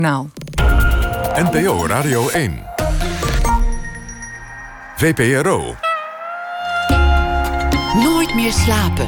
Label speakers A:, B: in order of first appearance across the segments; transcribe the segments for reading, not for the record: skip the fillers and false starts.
A: Nou.
B: NPO Radio 1. VPRO.
A: Nooit meer slapen.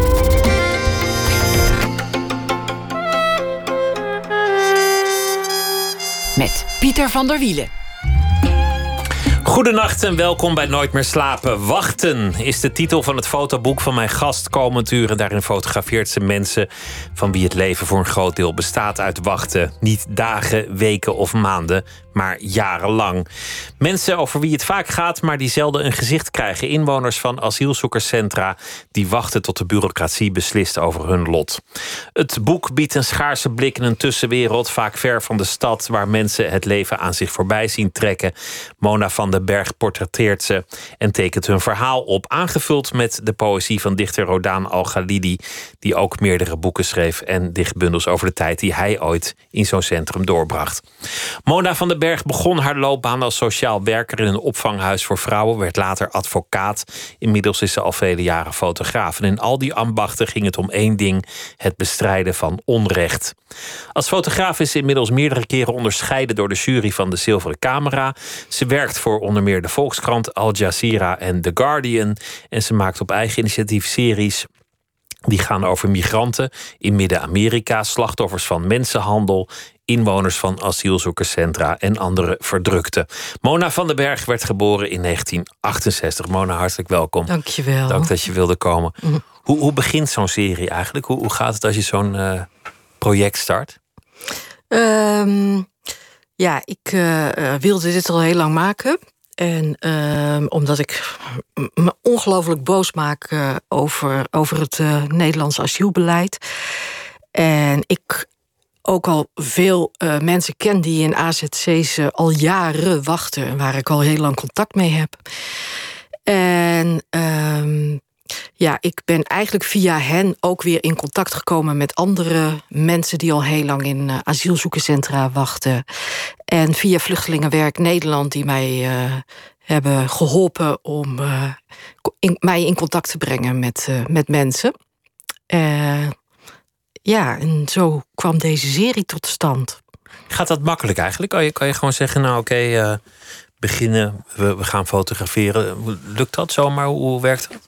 A: Met Pieter van der Wielen.
C: Goedenacht en welkom bij Nooit meer slapen. Wachten is de titel van het fotoboek van mijn gast komend uur. En daarin fotografeert ze mensen van wie het leven voor een groot deel bestaat uit wachten. Niet dagen, weken of maanden, maar jarenlang. Mensen over wie het vaak gaat, maar die zelden een gezicht krijgen. Inwoners van asielzoekerscentra die wachten tot de bureaucratie beslist over hun lot. Het boek biedt een schaarse blik in een tussenwereld, vaak ver van de stad, waar mensen het leven aan zich voorbij zien trekken. Mona van den Berg portretteert ze en tekent hun verhaal op, aangevuld met de poëzie van dichter Rodaan Al-Ghalidi, die ook meerdere boeken schreef en dichtbundels over de tijd die hij ooit in zo'n centrum doorbracht. Mona van den Berg begon haar loopbaan als sociaal werker in een opvanghuis voor vrouwen, werd later advocaat. Inmiddels is ze al vele jaren fotograaf. En in al die ambachten ging het om één ding: het bestrijden van onrecht. Als fotograaf is ze inmiddels meerdere keren onderscheiden door de jury van de Zilveren Camera. Ze werkt voor onder meer de Volkskrant, Al Jazeera en The Guardian. En ze maakt op eigen initiatief series die gaan over migranten in Midden-Amerika, slachtoffers van mensenhandel, inwoners van asielzoekerscentra en andere verdrukten. Mona van den Berg werd geboren in 1968. Mona, hartelijk welkom.
D: Dankjewel.
C: Dank dat je wilde komen. Hoe begint zo'n serie eigenlijk? Hoe gaat het als je zo'n project start?
D: Ik wilde dit al heel lang maken. En omdat ik me ongelooflijk boos maak over het Nederlands asielbeleid. En ik ook al veel mensen ken die in AZC's al jaren wachten. En waar ik al heel lang contact mee heb. En ik ben eigenlijk via hen ook weer in contact gekomen met andere mensen die al heel lang in asielzoekerscentra wachten. En via Vluchtelingenwerk Nederland die mij hebben geholpen om mij in contact te brengen met mensen. En zo kwam deze serie tot stand.
C: Gaat dat makkelijk eigenlijk? Kan je gewoon zeggen, beginnen, we gaan fotograferen. Lukt dat zomaar? Hoe werkt dat?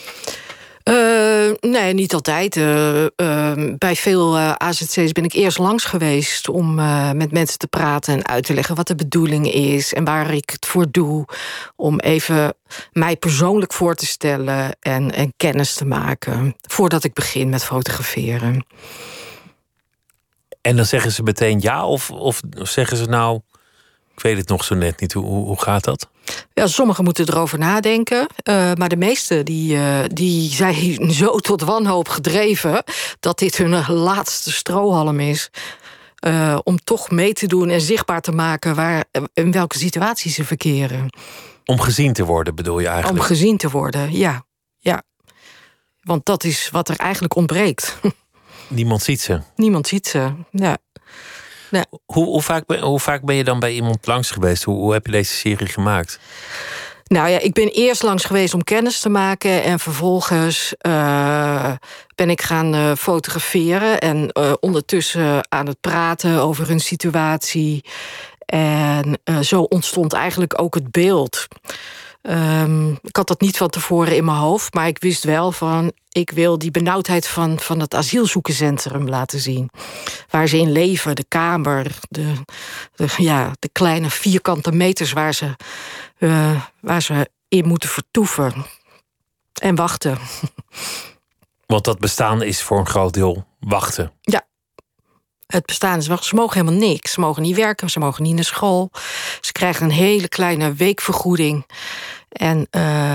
D: Nee, niet altijd. Bij veel AZC's ben ik eerst langs geweest om met mensen te praten en uit te leggen wat de bedoeling is en waar ik het voor doe. Om even mij persoonlijk voor te stellen en kennis te maken voordat ik begin met fotograferen.
C: En dan zeggen ze meteen ja of zeggen ze nou, ik weet het nog zo net niet. Hoe gaat dat?
D: Ja, sommigen moeten erover nadenken. Maar de meesten die zijn zo tot wanhoop gedreven dat dit hun laatste strohalm is. Om toch mee te doen en zichtbaar te maken in welke situatie ze verkeren.
C: Om gezien te worden, bedoel je eigenlijk?
D: Om gezien te worden, ja. Want dat is wat er eigenlijk ontbreekt.
C: Niemand ziet ze?
D: Niemand ziet ze, ja. Nee.
C: Hoe vaak ben je dan bij iemand langs geweest? Hoe heb je deze serie gemaakt?
D: Nou ja, ik ben eerst langs geweest om kennis te maken. En vervolgens ben ik gaan fotograferen. En ondertussen aan het praten over hun situatie. En zo ontstond eigenlijk ook het beeld. Ik had dat niet van tevoren in mijn hoofd. Maar ik wist wel van, ik wil die benauwdheid van het asielzoekerscentrum laten zien. Waar ze in leven, de kamer, de kleine vierkante meters waar ze in moeten vertoeven. En wachten.
C: Want dat bestaan is voor een groot deel wachten.
D: Ja. Het bestaan is wachten. Ze mogen helemaal niks. Ze mogen niet werken, ze mogen niet naar school. Ze krijgen een hele kleine weekvergoeding. En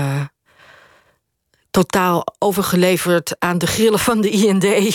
D: totaal overgeleverd aan de grillen van de IND.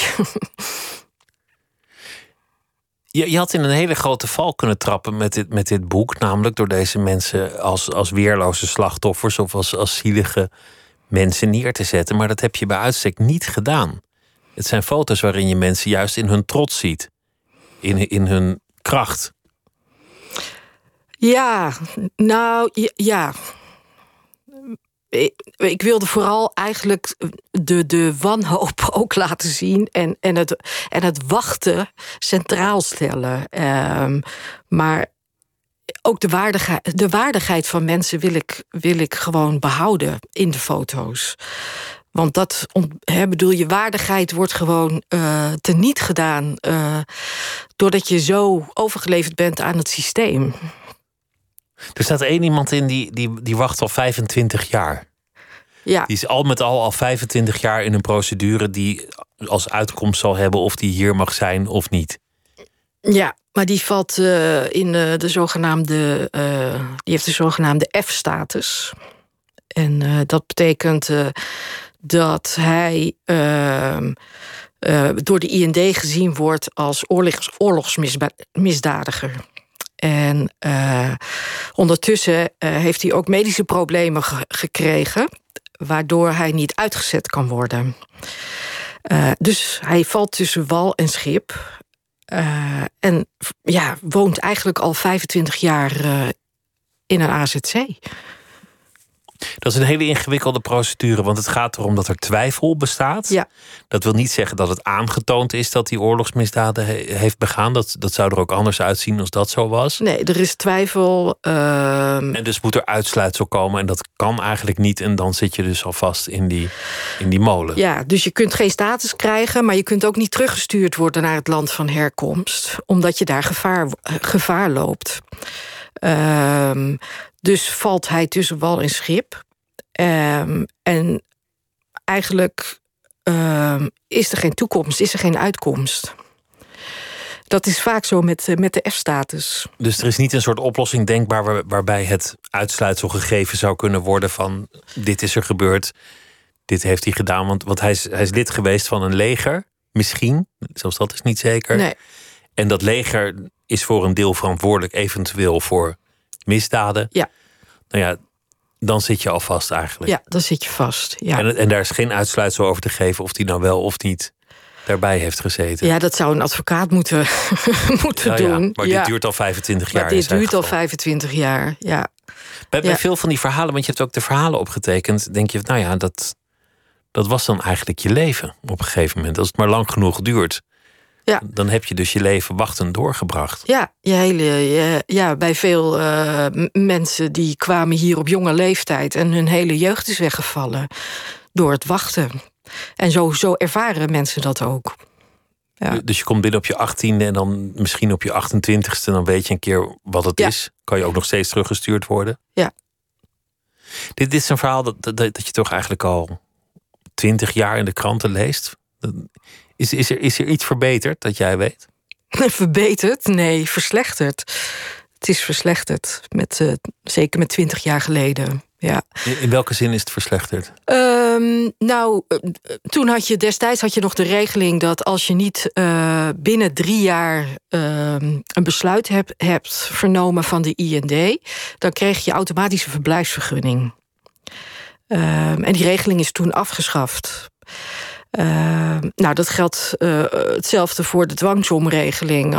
C: Je had in een hele grote val kunnen trappen met dit boek. Namelijk door deze mensen als weerloze slachtoffers of als zielige mensen neer te zetten. Maar dat heb je bij uitstek niet gedaan. Het zijn foto's waarin je mensen juist in hun trots ziet. In hun kracht. Ja.
D: ik wilde vooral eigenlijk de wanhoop ook laten zien en het wachten centraal stellen. Maar ook de waardigheid van mensen wil ik gewoon behouden in de foto's. Want je waardigheid wordt gewoon teniet gedaan doordat je zo overgeleverd bent aan het systeem.
C: Er staat één iemand in die wacht al 25 jaar.
D: Ja. Die
C: is al met al 25 jaar in een procedure die als uitkomst zal hebben of die hier mag zijn of niet.
D: Ja, maar die valt in de zogenaamde. Die heeft de zogenaamde F-status. En dat betekent dat hij door de IND gezien wordt als oorlogsmisdadiger. En ondertussen heeft hij ook medische problemen gekregen, waardoor hij niet uitgezet kan worden. Dus hij valt tussen wal en schip. En woont eigenlijk al 25 jaar in een AZC.
C: Dat is een hele ingewikkelde procedure, want het gaat erom dat er twijfel bestaat.
D: Ja.
C: Dat wil niet zeggen dat het aangetoond is dat hij oorlogsmisdaden heeft begaan. Dat zou er ook anders uitzien als dat zo was.
D: Nee, er is twijfel.
C: En dus moet er uitsluitsel komen en dat kan eigenlijk niet. En dan zit je dus al vast in die molen. Ja,
D: dus je kunt geen status krijgen, maar je kunt ook niet teruggestuurd worden naar het land van herkomst, omdat je daar gevaar loopt. Dus valt hij tussen wal en schip. En eigenlijk is er geen toekomst, is er geen uitkomst. Dat is vaak zo met de F-status. Dus
C: er is niet een soort oplossing denkbaar waarbij het uitsluitsel gegeven zou kunnen worden van dit is er gebeurd, dit heeft hij gedaan. Want hij is lid geweest van een leger, misschien, zelfs dat is niet zeker.
D: Nee.
C: En dat leger is voor een deel verantwoordelijk eventueel voor misdaden.
D: Ja.
C: Nou ja, dan zit je al vast eigenlijk.
D: Ja, dan zit je vast. Ja.
C: En daar is geen uitsluitsel over te geven of die nou wel of niet daarbij heeft gezeten.
D: Ja, dat zou een advocaat moeten doen.
C: Ja, maar dit duurt al 25 jaar.
D: Maar dit duurt al 25 jaar, ja.
C: Bij veel van die verhalen, want je hebt ook de verhalen opgetekend, denk je, nou ja, dat was dan eigenlijk je leven op een gegeven moment. Als het maar lang genoeg duurt. Ja. Dan heb je dus je leven wachtend doorgebracht.
D: Ja, bij veel mensen die kwamen hier op jonge leeftijd en hun hele jeugd is weggevallen door het wachten. En zo ervaren mensen dat ook. Ja.
C: Dus je komt binnen op je 18e en dan misschien op je 28e, dan weet je een keer wat het is. Kan je ook nog steeds teruggestuurd worden.
D: Ja.
C: Dit is een verhaal dat je toch eigenlijk al 20 jaar in de kranten leest. Is er iets verbeterd dat jij weet?
D: Verbeterd? Nee, verslechterd. Het is verslechterd. Zeker met 20 jaar geleden. Ja.
C: In welke zin is het verslechterd?
D: Toen destijds had je nog de regeling dat als je niet binnen 3 jaar een besluit hebt vernomen van de IND, dan kreeg je automatische verblijfsvergunning. En die regeling is toen afgeschaft. Dat geldt hetzelfde voor de dwangomregeling.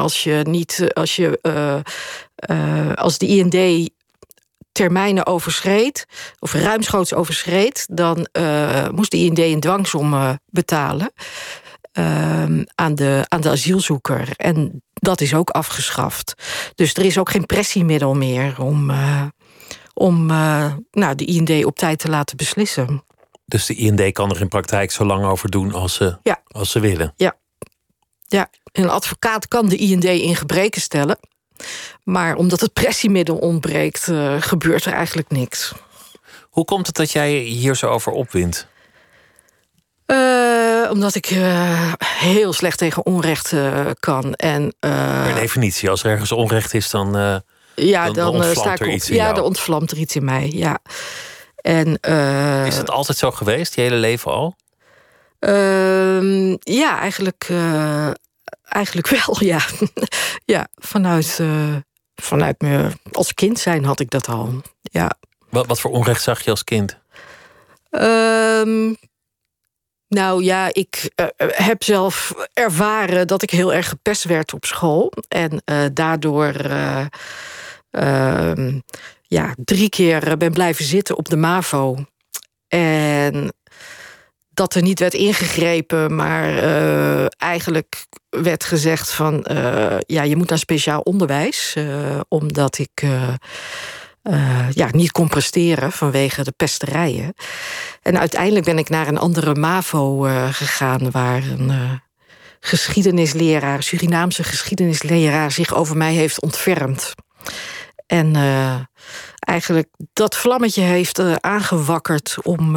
D: Als de IND termijnen overschreed, of ruimschoots overschreed, dan moest de IND een dwangsom betalen aan de asielzoeker. En dat is ook afgeschaft. Dus er is ook geen pressiemiddel meer om de IND op tijd te laten beslissen.
C: Dus de IND kan er in praktijk zo lang over doen als ze willen?
D: Ja, een advocaat kan de IND in gebreken stellen. Maar omdat het pressiemiddel ontbreekt, gebeurt er eigenlijk niks.
C: Hoe komt het dat jij hier zo over opwindt?
D: Omdat ik heel slecht tegen onrecht kan.
C: Per definitie, als er ergens onrecht is, dan ontvlamt er iets in jou.
D: Ja, dan ontvlamt er iets in mij, ja.
C: Is het altijd zo geweest, je hele leven al?
D: Ja, eigenlijk wel, ja. Ja, vanuit me als kind zijn had ik dat al, ja.
C: Wat voor onrecht zag je als kind?
D: Ik heb zelf ervaren dat ik heel erg gepest werd op school. En daardoor 3 keer ben blijven zitten op de MAVO. En dat er niet werd ingegrepen, maar eigenlijk werd gezegd van... je moet naar speciaal onderwijs, omdat ik niet kon presteren vanwege de pesterijen. En uiteindelijk ben ik naar een andere MAVO gegaan, waar een geschiedenisleraar, Surinaamse geschiedenisleraar, zich over mij heeft ontfermd. En eigenlijk dat vlammetje heeft aangewakkerd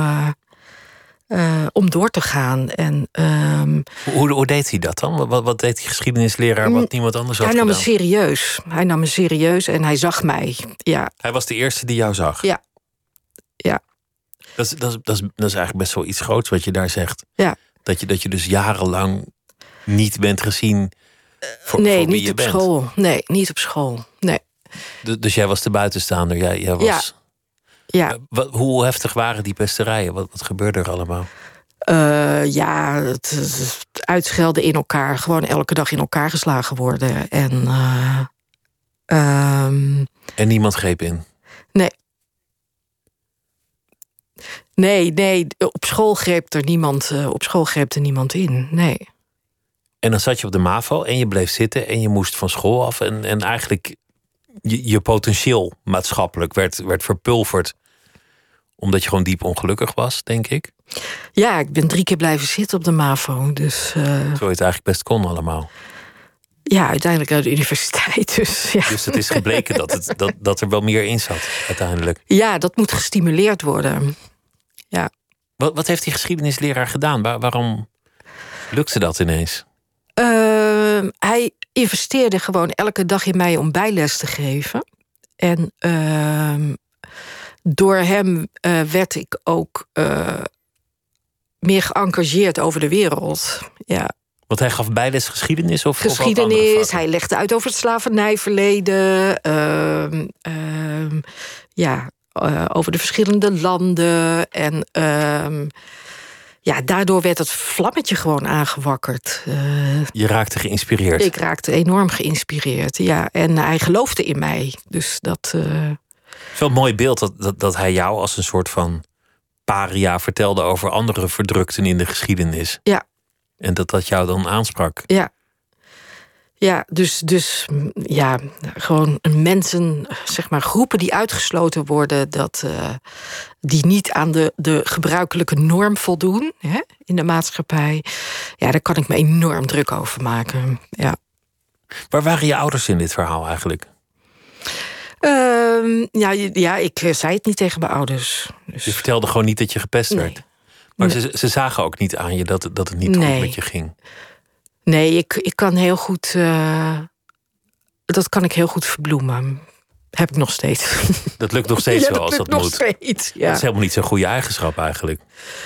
D: om door te gaan. En,
C: hoe deed hij dat dan? Wat deed die geschiedenisleraar wat niemand anders had gedaan?
D: Hij nam me serieus en hij zag mij. Ja.
C: Hij was de eerste die jou zag?
D: Ja.
C: Dat is eigenlijk best wel iets groots wat je daar zegt.
D: Ja.
C: Dat je dus jarenlang niet bent gezien voor wie
D: niet
C: je
D: op
C: bent.
D: School. Nee, niet op school. Nee.
C: Dus jij was de buitenstaander. Jij was...
D: Ja.
C: Hoe heftig waren die pesterijen? Wat gebeurde er allemaal?
D: Het uitschelden in elkaar. Gewoon elke dag in elkaar geslagen worden.
C: En niemand greep in?
D: Nee. Op school greep er niemand in. Nee.
C: En dan zat je op de MAVO en je bleef zitten en je moest van school af. En eigenlijk je potentieel maatschappelijk werd verpulverd. Omdat je gewoon diep ongelukkig was, denk ik.
D: Ja, ik ben 3 keer blijven zitten op de MAVO. Dus,
C: zo je het eigenlijk best kon allemaal.
D: Ja, uiteindelijk naar de universiteit. Dus
C: het is gebleken dat er wel meer in zat, uiteindelijk.
D: Ja, dat moet gestimuleerd worden. Ja.
C: Wat heeft die geschiedenisleraar gedaan? Waarom lukte dat ineens?
D: Hij investeerde gewoon elke dag in mij om bijles te geven. En door hem werd ik ook meer geëngageerd over de wereld. Ja.
C: Want hij gaf bijles geschiedenis of
D: geschiedenis, hij legde uit over het slavernijverleden. Over de verschillende landen. En daardoor werd het vlammetje gewoon aangewakkerd.
C: Je raakte geïnspireerd?
D: Ik raakte enorm geïnspireerd, ja. En hij geloofde in mij. Dus dat...
C: Het is wel een mooi beeld dat hij jou als een soort van paria vertelde over andere verdrukten in de geschiedenis.
D: Ja.
C: En dat jou dan aansprak.
D: Ja. Ja, dus gewoon mensen, zeg maar, groepen die uitgesloten worden, die niet aan de gebruikelijke norm voldoen, hè, in de maatschappij. Ja, daar kan ik me enorm druk over maken. Ja.
C: Waar waren je ouders in dit verhaal eigenlijk?
D: Ik zei het niet tegen mijn ouders. Dus...
C: Je vertelde gewoon niet dat je gepest werd. Maar ze zagen ook niet aan je dat het niet goed met je ging.
D: Nee, ik kan heel goed... dat kan ik heel goed verbloemen. Heb ik nog steeds.
C: Dat lukt nog steeds wel als dat moet.
D: Nog steeds, ja.
C: Dat is helemaal niet zo'n goede eigenschap eigenlijk.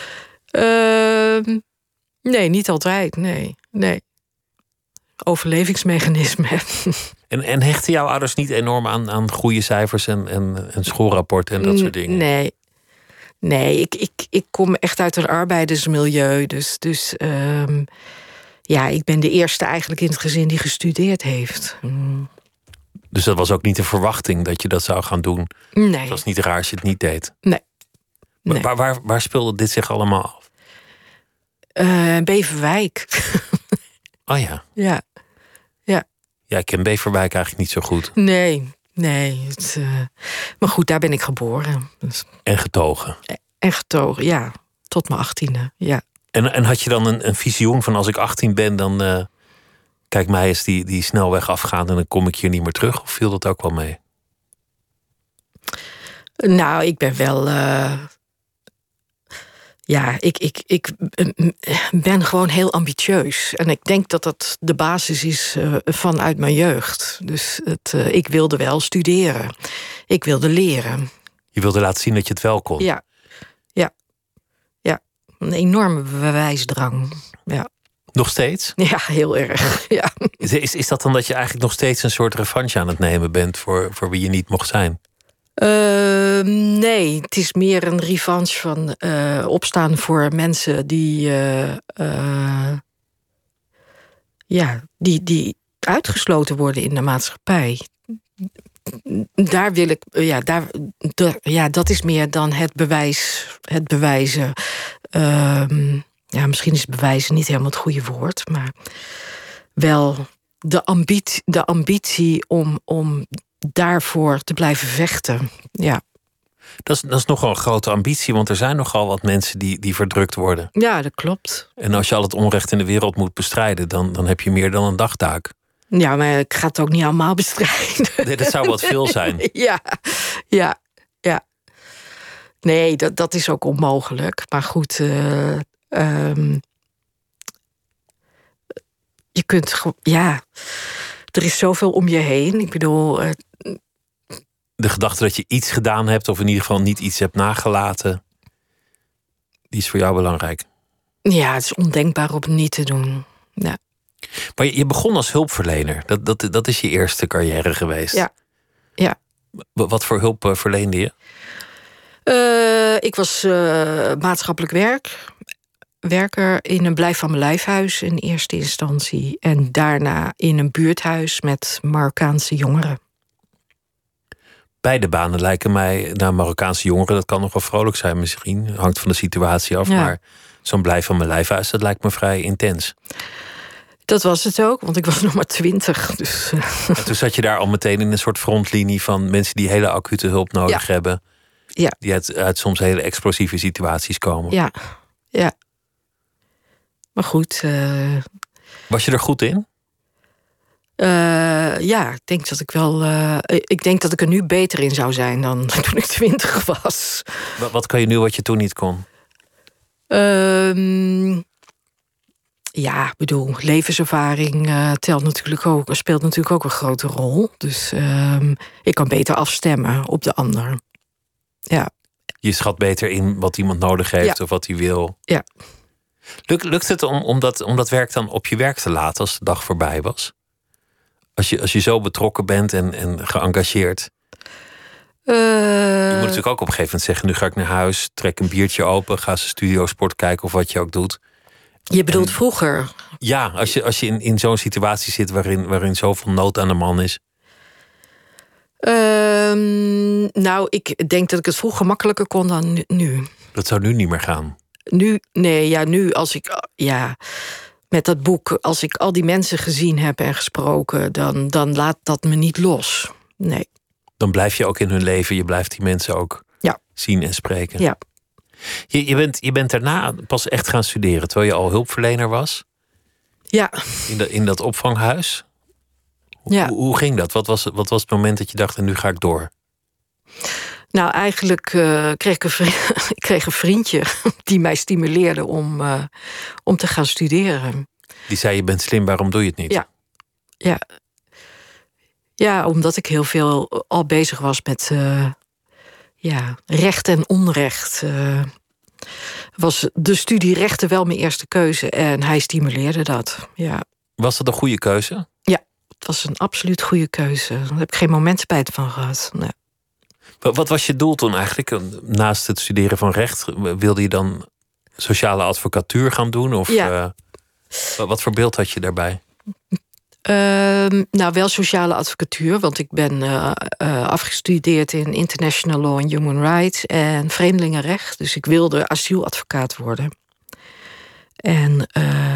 D: Nee, niet altijd. Nee. Overlevingsmechanisme.
C: En hechten jouw ouders niet enorm aan goede cijfers en schoolrapporten en dat soort dingen?
D: Nee, ik kom echt uit een arbeidersmilieu. Dus ik ben de eerste eigenlijk in het gezin die gestudeerd heeft.
C: Dus dat was ook niet de verwachting dat je dat zou gaan doen?
D: Nee.
C: Het was niet raar als je het niet deed?
D: Nee.
C: Waar speelde dit zich allemaal af?
D: Beverwijk.
C: Oh ja.
D: Ja.
C: Ja, ik ken Beverwijk eigenlijk niet zo goed.
D: Nee. Maar goed, daar ben ik geboren. Dus.
C: En getogen?
D: En getogen, ja. Tot mijn 18e, ja.
C: En had je dan een visioen van als ik 18 ben, dan kijk mij eens die snelweg afgaan en dan kom ik hier niet meer terug? Of viel dat ook wel mee?
D: Nou, ik ben wel... ik ben gewoon heel ambitieus. En ik denk dat dat de basis is vanuit mijn jeugd. Dus ik wilde wel studeren. Ik wilde leren.
C: Je wilde laten zien dat je het wel kon?
D: Ja. Een enorme bewijsdrang. Ja.
C: Nog steeds?
D: Ja, heel erg. Ja.
C: Is dat dan dat je eigenlijk nog steeds een soort revanche aan het nemen bent voor wie je niet mocht zijn?
D: Nee, het is meer een revanche van opstaan voor mensen die uitgesloten worden in de maatschappij. Daar wil ik, dat is meer dan het bewijzen. Misschien is bewijzen niet helemaal het goede woord, maar wel de ambitie om daarvoor te blijven vechten. Ja.
C: Dat is nogal een grote ambitie, want er zijn nogal wat mensen die verdrukt worden.
D: Ja, dat klopt.
C: En als je al het onrecht in de wereld moet bestrijden, dan heb je meer dan een dagtaak.
D: Ja, maar ik ga het ook niet allemaal bestrijden.
C: Nee, dat zou wat veel zijn.
D: Ja. Nee, dat is ook onmogelijk. Maar goed, je kunt... er is zoveel om je heen. Ik bedoel...
C: De gedachte dat je iets gedaan hebt, of in ieder geval niet iets hebt nagelaten, die is voor jou belangrijk. Ja,
D: het is ondenkbaar om het niet te doen. Ja.
C: Maar je begon als hulpverlener. Dat is je eerste carrière geweest.
D: Ja.
C: Wat voor hulp verleende je?
D: Ik was maatschappelijk werker in een Blijf van mijn lijfhuis in eerste instantie. En daarna in een buurthuis met Marokkaanse jongeren.
C: Beide banen lijken mij naar Marokkaanse jongeren. Dat kan nog wel vrolijk zijn misschien. Hangt van de situatie af. Ja. Maar zo'n Blijf van mijn lijfhuis, dat lijkt me vrij intens.
D: Dat was het ook, want ik was nog maar 20. Dus.
C: En toen zat je daar al meteen in een soort frontlinie van mensen die hele acute hulp nodig hebben. Ja. Die uit soms hele explosieve situaties komen.
D: Ja. Maar goed.
C: Was je er goed in?
D: Ik denk dat ik wel. Ik denk dat ik er nu beter in zou zijn dan toen ik 20 was.
C: Wat kan je nu wat je toen niet kon?
D: Ik bedoel, levenservaring speelt natuurlijk ook een grote rol. Dus ik kan beter afstemmen op de ander. Ja.
C: Je schat beter in wat iemand nodig heeft of wat hij wil.
D: Ja.
C: Lukt het om dat werk dan op je werk te laten als de dag voorbij was? Als je zo betrokken bent en geëngageerd. Je moet natuurlijk ook op een gegeven moment zeggen, nu ga ik naar huis, trek een biertje open, ga ze studiosport kijken of wat je ook doet.
D: Je bedoelt vroeger?
C: Ja, als je in zo'n situatie zit waarin zoveel nood aan de man is.
D: Ik denk dat ik het vroeger makkelijker kon dan nu.
C: Dat zou nu niet meer gaan.
D: Nu als ik... met dat boek, als ik al die mensen gezien heb en gesproken, dan laat dat me niet los. Nee.
C: Dan blijf je ook in hun leven, je blijft die mensen ook zien en spreken.
D: Ja.
C: Je bent daarna pas echt gaan studeren, terwijl je al hulpverlener was.
D: Ja.
C: In dat opvanghuis. Hoe ging dat? Wat was het moment dat je dacht, en nu ga ik door?
D: Nou, eigenlijk kreeg ik een vriendje die mij stimuleerde om te gaan studeren.
C: Die zei, je bent slim, waarom doe je het niet?
D: Ja, omdat ik heel veel al bezig was met recht en onrecht. Was de studie rechten wel mijn eerste keuze en hij stimuleerde dat. Ja.
C: Was dat een goede keuze?
D: Ja, het was een absoluut goede keuze. Daar heb ik geen moment spijt van gehad. Nee.
C: Wat was je doel toen eigenlijk? Naast het studeren van recht, wilde je dan sociale advocatuur gaan doen? Of wat voor beeld had je daarbij?
D: Wel sociale advocatuur, want ik ben afgestudeerd in International Law and Human Rights en vreemdelingenrecht. Dus ik wilde asieladvocaat worden. En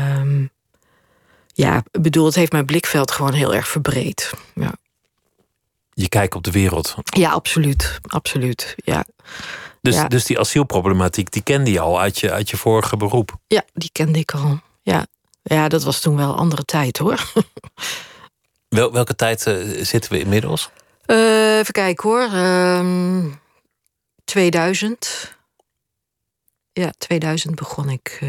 D: het heeft mijn blikveld gewoon heel erg verbreed. Ja.
C: Je kijkt op de wereld.
D: Ja, absoluut. Ja.
C: Dus die asielproblematiek, die kende je al uit je vorige beroep?
D: Ja, die kende ik al. Ja, dat was toen wel een andere tijd, hoor.
C: Welke tijd zitten we inmiddels?
D: Even kijken, hoor. 2000. Ja, 2000 begon ik.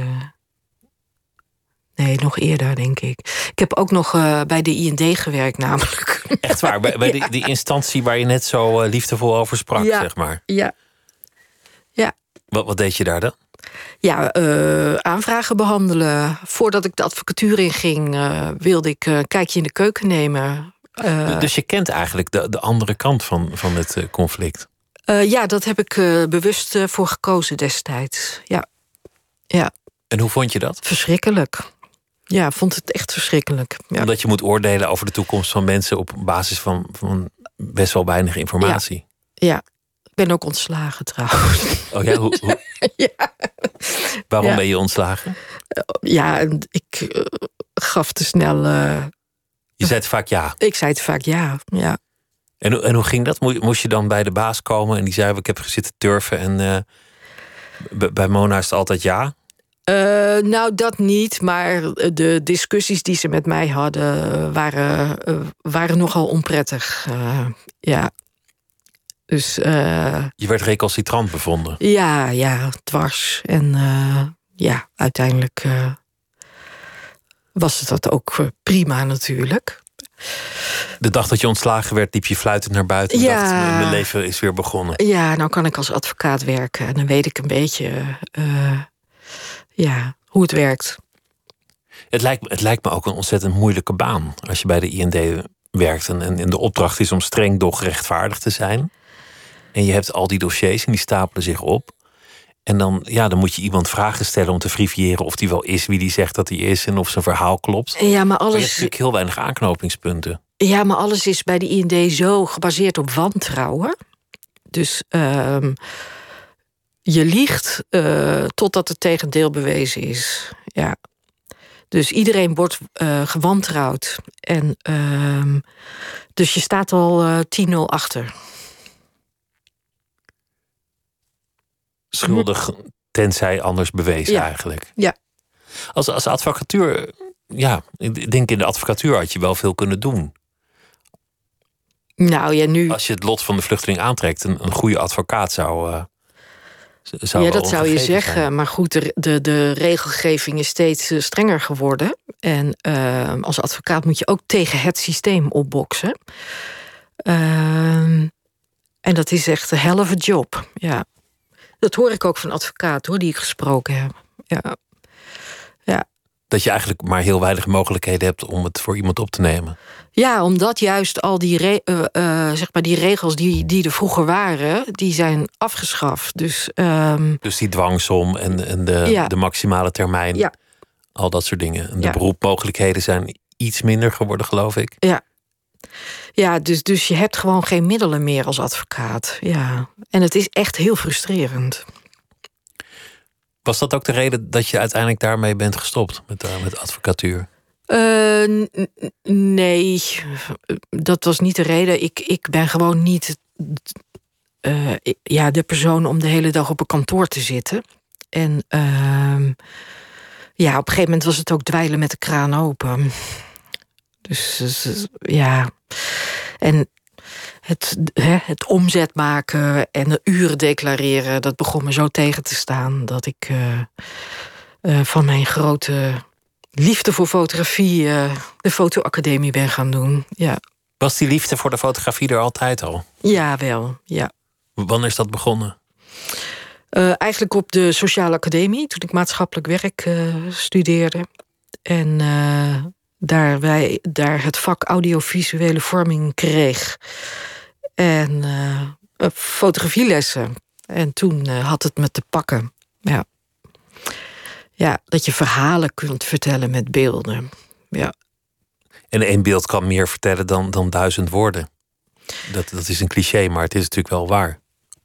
D: Nee, nog eerder, denk ik. Ik heb ook nog bij de IND gewerkt, namelijk.
C: Echt waar? Bij die instantie waar je net zo liefdevol over sprak, zeg maar.
D: Ja.
C: Wat deed je daar dan?
D: Ja, aanvragen behandelen. Voordat ik de advocatuur inging, wilde ik een kijkje in de keuken nemen.
C: Dus je kent eigenlijk de andere kant van het conflict?
D: Dat heb ik bewust voor gekozen destijds. Ja.
C: En hoe vond je dat?
D: Verschrikkelijk. Ja, vond het echt verschrikkelijk. Ja.
C: Omdat je moet oordelen over de toekomst van mensen op basis van best wel weinig informatie.
D: Ja. ben ook ontslagen trouwens.
C: Oh ja, hoe?
D: Ja.
C: Waarom
D: Ja.
C: ben je ontslagen?
D: Ja, en ik gaf te snel...
C: Je zei het vaak ja.
D: ik zei het vaak ja.
C: En hoe ging dat? Moest je dan bij de baas komen en die zei: ik heb zitten turven en bij Mona is het altijd ja?
D: Nou, dat niet. Maar de discussies die ze met mij hadden waren nogal onprettig. Ja. Dus
C: Je werd recalcitrant bevonden.
D: ja, dwars. En uiteindelijk was het dat ook prima natuurlijk.
C: De dag dat je ontslagen werd, liep je fluitend naar buiten en
D: Ja.
C: dacht: mijn leven is weer begonnen.
D: Ja, nou kan ik als advocaat werken. En dan weet ik een beetje hoe het werkt.
C: Het lijkt me ook een ontzettend moeilijke baan als je bij de IND werkt en de opdracht is om streng doch rechtvaardig te zijn. En je hebt al die dossiers en die stapelen zich op. En dan moet je iemand vragen stellen om te verifiëren of die wel is wie die zegt dat hij is en of zijn verhaal klopt.
D: Ja, maar
C: Maar je hebt
D: alles,
C: natuurlijk heel weinig aanknopingspunten.
D: is bij de IND zo gebaseerd op wantrouwen. Dus je liegt totdat het tegendeel bewezen is. Ja. Dus iedereen wordt gewantrouwd. En dus je staat al 10-0 achter.
C: Schuldig, tenzij anders bewezen
D: Ja.
C: eigenlijk.
D: Ja.
C: Als advocatuur, ik denk in de advocatuur had je wel veel kunnen doen.
D: Nou ja, nu.
C: Als je het lot van de vluchteling aantrekt, een goede advocaat zou
D: Ja,
C: wel
D: dat zou je
C: onvergeven
D: zeggen.
C: zijn.
D: Maar goed, de regelgeving is steeds strenger geworden. En als advocaat moet je ook tegen het systeem opboksen. En dat is echt een hell of a job. Ja. Dat hoor ik ook van advocaten, die ik gesproken heb. Ja.
C: Dat je eigenlijk maar heel weinig mogelijkheden hebt om het voor iemand op te nemen.
D: Ja, omdat juist al die, die regels die er vroeger waren, die zijn afgeschaft. Dus
C: Dus die dwangsom en de maximale termijn,
D: Ja.
C: al dat soort dingen. En de
D: Ja.
C: beroepmogelijkheden zijn iets minder geworden, geloof ik.
D: ja, dus je hebt gewoon geen middelen meer als advocaat. Ja. En het is echt heel frustrerend.
C: Was dat ook de reden dat je uiteindelijk daarmee bent gestopt met advocatuur?
D: Nee, dat was niet de reden. Ik ben gewoon niet de persoon om de hele dag op een kantoor te zitten. En op een gegeven moment was het ook dweilen met de kraan open. Dus ja. En het omzet maken en de uren declareren, dat begon me zo tegen te staan dat ik van mijn grote liefde voor fotografie de fotoacademie ben gaan doen. Ja.
C: Was die liefde voor de fotografie er altijd al?
D: Ja, wel. Ja.
C: Wanneer is dat begonnen?
D: Eigenlijk op de sociale academie, toen ik maatschappelijk werk studeerde. En daar het vak audiovisuele vorming kreeg. En fotografielessen. En toen had het me te pakken. Ja. Ja, dat je verhalen kunt vertellen met beelden. Ja.
C: En één beeld kan meer vertellen dan 1000 woorden. Dat is een cliché, maar het is natuurlijk wel waar.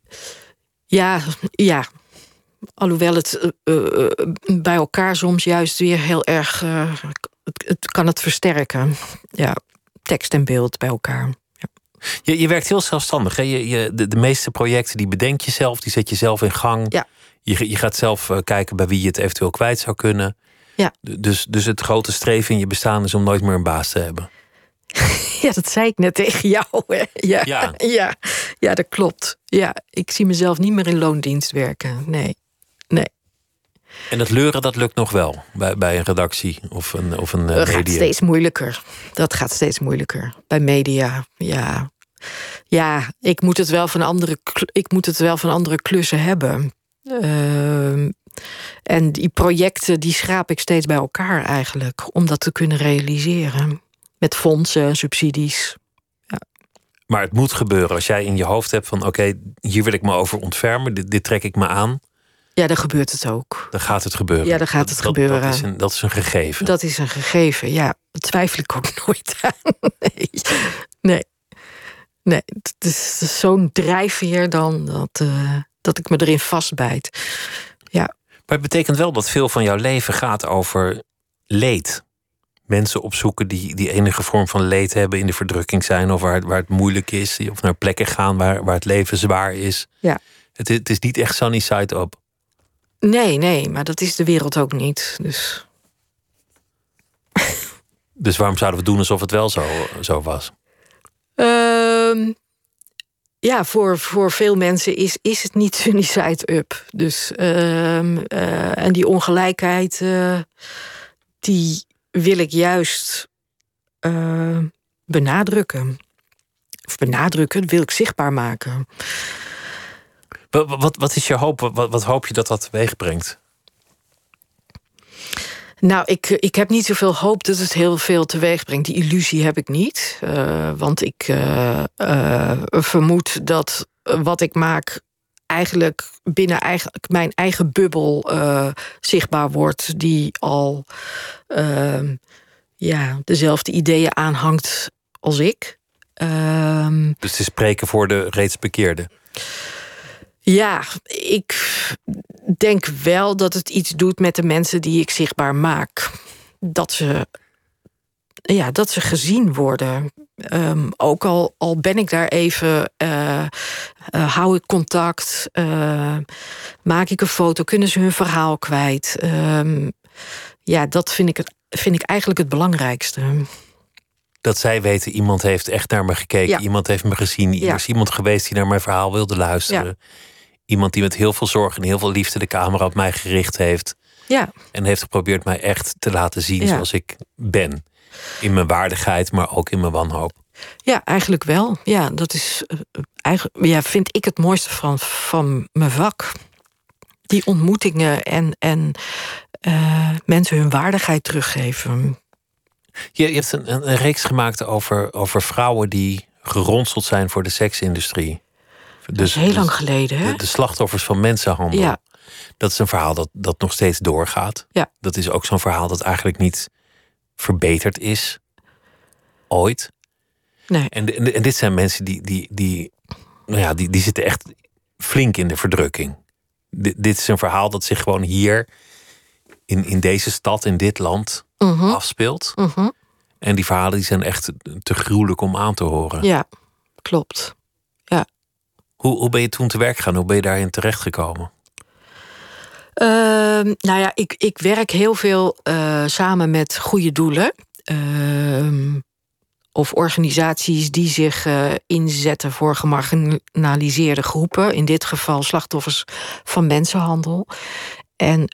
D: Ja. Alhoewel het bij elkaar soms juist weer heel erg... het kan het versterken. Ja, tekst en beeld bij elkaar. Ja.
C: Je werkt heel zelfstandig. Hè? De meeste projecten die bedenk je zelf, die zet je zelf in gang.
D: Ja.
C: Je gaat zelf kijken bij wie je het eventueel kwijt zou kunnen.
D: Ja.
C: Dus het grote streven in je bestaan is om nooit meer een baas te hebben.
D: Ja, dat zei ik net tegen jou. Hè? Ja, dat klopt. Ja, ik zie mezelf niet meer in loondienst werken. Nee.
C: En dat leuren, dat lukt nog wel bij een redactie of een
D: Dat gaat
C: media.
D: steeds moeilijker. Dat gaat steeds moeilijker. Bij media, ja. Ja, ik moet het wel van andere klussen hebben. En die projecten, die schraap ik steeds bij elkaar eigenlijk. Om dat te kunnen realiseren. Met fondsen, subsidies.
C: Maar het moet gebeuren. Als jij in je hoofd hebt van oké, hier wil ik me over ontfermen. Dit trek ik me aan.
D: Ja, dan gebeurt het ook.
C: Dan gaat het gebeuren.
D: Ja, dan gaat het gebeuren.
C: Dat is een gegeven.
D: Dat is een gegeven, ja. Dat twijfel ik ook nooit aan. Nee. Nee, het is zo'n drijfveer dan dat ik me erin vastbijt. Ja.
C: Maar het betekent wel dat veel van jouw leven gaat over leed. Mensen opzoeken die enige vorm van leed hebben, in de verdrukking zijn, of waar het moeilijk is, of naar plekken gaan waar het leven zwaar is.
D: Ja.
C: Het is niet echt sunny side up.
D: Nee, maar dat is de wereld ook niet.
C: Dus waarom zouden we doen alsof het wel zo was?
D: Ja, voor veel mensen is het niet sunny side up. Dus, en die ongelijkheid, die wil ik juist benadrukken. Of benadrukken, wil ik zichtbaar maken.
C: Wat is je hoop? Wat hoop je dat teweeg brengt?
D: Nou, ik heb niet zoveel hoop dat het heel veel teweeg brengt. Die illusie heb ik niet. Want ik vermoed dat wat ik maak eigenlijk binnen mijn eigen bubbel zichtbaar wordt, die al dezelfde ideeën aanhangt als ik.
C: Dus het is spreken voor de reeds bekeerden.
D: Ja, ik denk wel dat het iets doet met de mensen die ik zichtbaar maak. Dat ze gezien worden. Ook al ben ik daar even, hou ik contact, maak ik een foto, kunnen ze hun verhaal kwijt. Dat vind ik eigenlijk het belangrijkste.
C: Dat zij weten, iemand heeft echt naar me gekeken. Ja. Iemand heeft me gezien. Er is iemand geweest die naar mijn verhaal wilde luisteren. Ja. Iemand die met heel veel zorg en heel veel liefde de camera op mij gericht heeft.
D: Ja.
C: En heeft geprobeerd mij echt te laten zien zoals ik ben. In mijn waardigheid, maar ook in mijn wanhoop.
D: Ja, eigenlijk wel. Ja, dat is vind ik het mooiste van mijn vak. Die ontmoetingen en mensen hun waardigheid teruggeven.
C: Je hebt een reeks gemaakt over vrouwen die geronseld zijn voor de seksindustrie.
D: Dat is heel lang geleden, hè?
C: De slachtoffers van mensenhandel.
D: Ja.
C: Dat is een verhaal dat nog steeds doorgaat.
D: Ja. Dat
C: is ook zo'n verhaal dat eigenlijk niet verbeterd is. Ooit.
D: Nee.
C: En dit zijn mensen die zitten echt flink in de verdrukking. Dit is een verhaal dat zich gewoon hier in deze stad, in dit land afspeelt.
D: Mm-hmm.
C: En die verhalen die zijn echt te gruwelijk om aan te horen.
D: Ja, klopt. Ja.
C: Hoe ben je toen te werk gegaan? Hoe ben je daarin terechtgekomen?
D: Ik werk heel veel samen met goede doelen. Of organisaties die zich inzetten voor gemarginaliseerde groepen. In dit geval slachtoffers van mensenhandel. En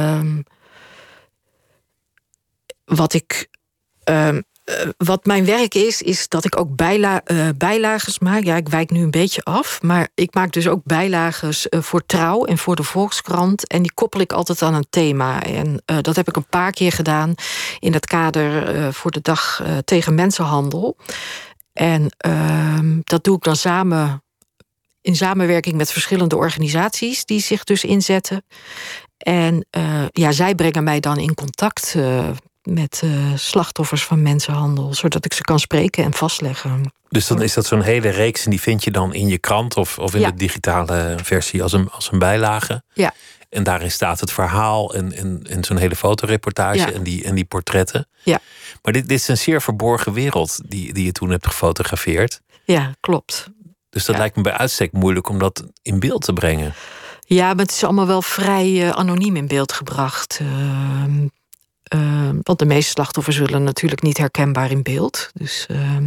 D: wat mijn werk is dat ik ook bijlages maak. Ja, ik wijk nu een beetje af. Maar ik maak dus ook bijlages voor Trouw en voor de Volkskrant. En die koppel ik altijd aan een thema. En dat heb ik een paar keer gedaan in het kader voor de dag tegen mensenhandel. En dat doe ik dan in samenwerking met verschillende organisaties die zich dus inzetten. En zij brengen mij dan in contact met slachtoffers van mensenhandel, zodat ik ze kan spreken en vastleggen.
C: Dus dan is dat zo'n hele reeks en die vind je dan in je krant of in de digitale versie als een bijlage.
D: Ja.
C: En daarin staat het verhaal en zo'n hele fotoreportage en die portretten.
D: Ja.
C: Maar dit is een zeer verborgen wereld die je toen hebt gefotografeerd.
D: Ja, klopt.
C: Dus dat lijkt me bij uitstek moeilijk om dat in beeld te brengen.
D: Ja, maar het is allemaal wel vrij anoniem in beeld gebracht. Want de meeste slachtoffers zullen natuurlijk niet herkenbaar in beeld. Dus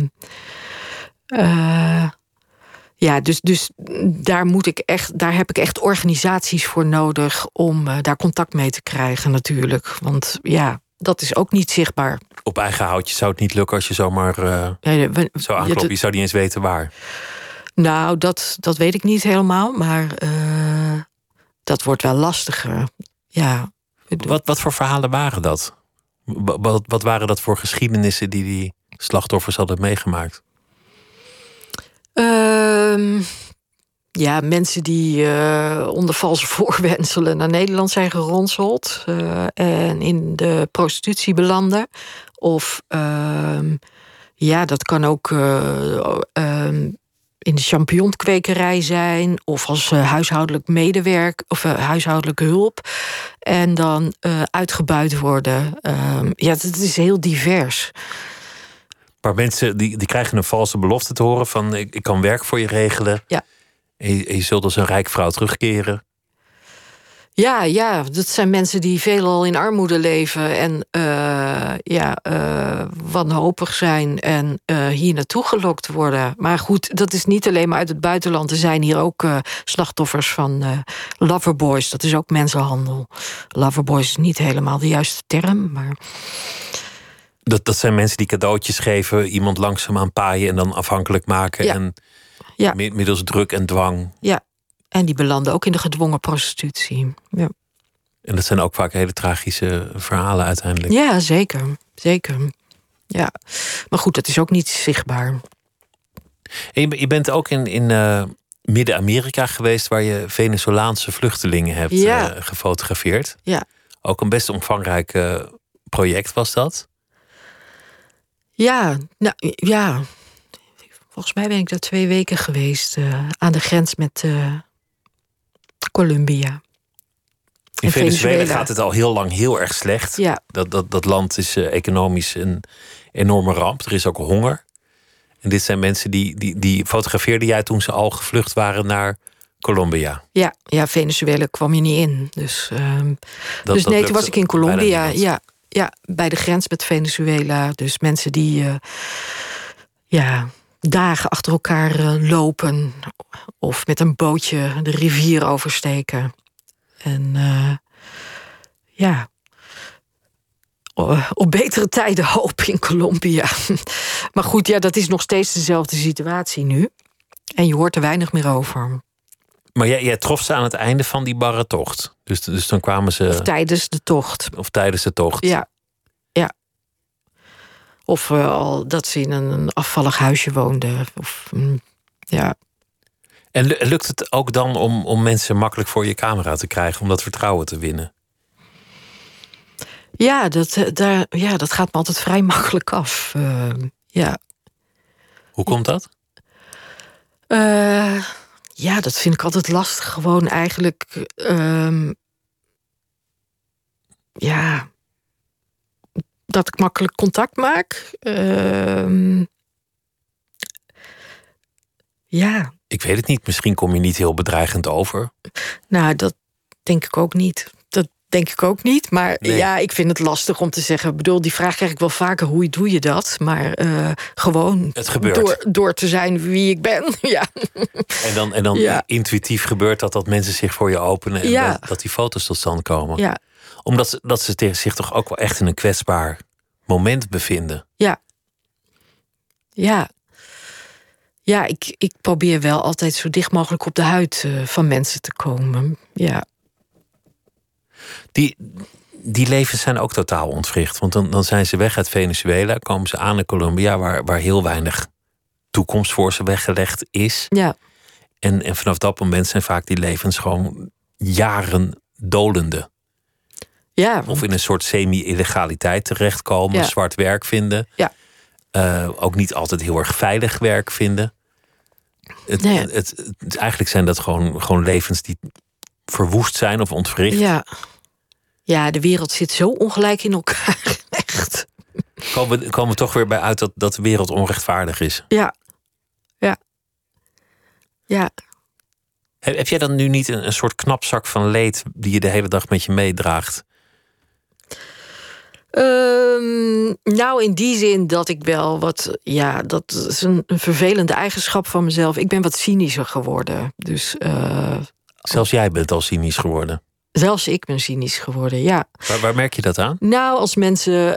D: dus daar heb ik echt organisaties voor nodig om daar contact mee te krijgen natuurlijk. Want ja, dat is ook niet zichtbaar.
C: Op eigen houtje zou het niet lukken als je zomaar zo aanklopt. Je zou niet eens weten waar.
D: Nou, dat weet ik niet helemaal, maar dat wordt wel lastiger. Ja.
C: Wat voor verhalen waren dat? Wat waren dat voor geschiedenissen die slachtoffers hadden meegemaakt?
D: Mensen die onder valse voorwendselen naar Nederland zijn geronseld en in de prostitutie belanden. Of dat kan ook in de champignonkwekerij zijn, of als huishoudelijk medewerker of huishoudelijke hulp. En dan uitgebuit worden. Het is heel divers.
C: Maar mensen die krijgen een valse belofte te horen van ik kan werk voor je regelen.
D: Ja.
C: En je zult als een rijk vrouw terugkeren.
D: Ja, dat zijn mensen die veelal in armoede leven en wanhopig zijn en hier naartoe gelokt worden. Maar goed, dat is niet alleen maar uit het buitenland. Er zijn hier ook slachtoffers van loverboys. Dat is ook mensenhandel. Loverboys is niet helemaal de juiste term, maar...
C: Dat zijn mensen die cadeautjes geven, iemand langzaamaan paaien en dan afhankelijk maken.
D: Ja.
C: En
D: Ja.
C: middels druk en dwang.
D: Ja, en die belanden ook in de gedwongen prostitutie. Ja,
C: En dat zijn ook vaak hele tragische verhalen uiteindelijk.
D: ja, zeker. Ja. Maar goed, dat is ook niet zichtbaar.
C: En je bent ook in Midden-Amerika geweest, waar je Venezolaanse vluchtelingen hebt gefotografeerd.
D: Ja.
C: Ook een best omvangrijk project was dat.
D: Ja, nou ja. Volgens mij ben ik daar 2 weken geweest. Aan de grens met Colombia.
C: In Venezuela gaat het al heel lang heel erg slecht.
D: Ja.
C: Dat land is economisch een enorme ramp. Er is ook honger. En dit zijn mensen die fotografeerde jij toen ze al gevlucht waren naar Colombia.
D: Ja, Venezuela kwam je niet in. Dus toen was ik in Colombia. Ja, bij de grens met Venezuela. Dus mensen die dagen achter elkaar lopen. Of met een bootje de rivier oversteken. En op betere tijden hoop in Colombia. Maar goed, ja, dat is nog steeds dezelfde situatie nu. En je hoort er weinig meer over.
C: Maar jij trof ze aan het einde van die barre tocht. Dus dan kwamen ze...
D: Of tijdens de tocht.
C: Of tijdens de tocht.
D: Ja. Of al dat ze in een afvallig huisje woonden.
C: En lukt het ook dan om mensen makkelijk voor je camera te krijgen, om dat vertrouwen te winnen?
D: Ja, dat gaat me altijd vrij makkelijk af.
C: Hoe komt dat?
D: Dat vind ik altijd lastig. Gewoon eigenlijk... dat ik makkelijk contact maak.
C: Ik weet het niet. Misschien kom je niet heel bedreigend over.
D: Nou, dat denk ik ook niet. Maar nee. Ik vind het lastig om te zeggen. Ik bedoel, die vraag krijg ik wel vaker. Hoe doe je dat? Maar gewoon
C: het gebeurt.
D: Door te zijn wie ik ben. Ja.
C: En dan intuïtief gebeurt dat mensen zich voor je openen. En dat die foto's tot stand komen.
D: Ja.
C: Omdat ze zich toch ook wel echt in een kwetsbaar moment bevinden.
D: Ja, ik probeer wel altijd zo dicht mogelijk op de huid van mensen te komen. Ja.
C: Die levens zijn ook totaal ontwricht. Want dan zijn ze weg uit Venezuela, komen ze aan in Colombia, waar heel weinig toekomst voor ze weggelegd is.
D: Ja.
C: En vanaf dat moment zijn vaak die levens gewoon jaren dolende.
D: Ja.
C: Of in een soort semi-illegaliteit terechtkomen, zwart werk vinden.
D: Ja.
C: Ook niet altijd heel erg veilig werk vinden. Eigenlijk zijn dat gewoon levens die verwoest zijn of ontwricht.
D: Ja, de wereld zit zo ongelijk in elkaar. Echt.
C: Komen we toch weer bij uit dat de wereld onrechtvaardig is.
D: Ja.
C: Heb jij dan nu niet een soort knapzak van leed die je de hele dag met je meedraagt?
D: Nou, in die zin dat ik wel wat... Ja, dat is een vervelende eigenschap van mezelf. Ik ben wat cynischer geworden. Dus,
C: zelfs jij bent al cynisch geworden?
D: Zelfs ik ben cynisch geworden, ja.
C: Waar merk je dat aan?
D: Nou, als mensen...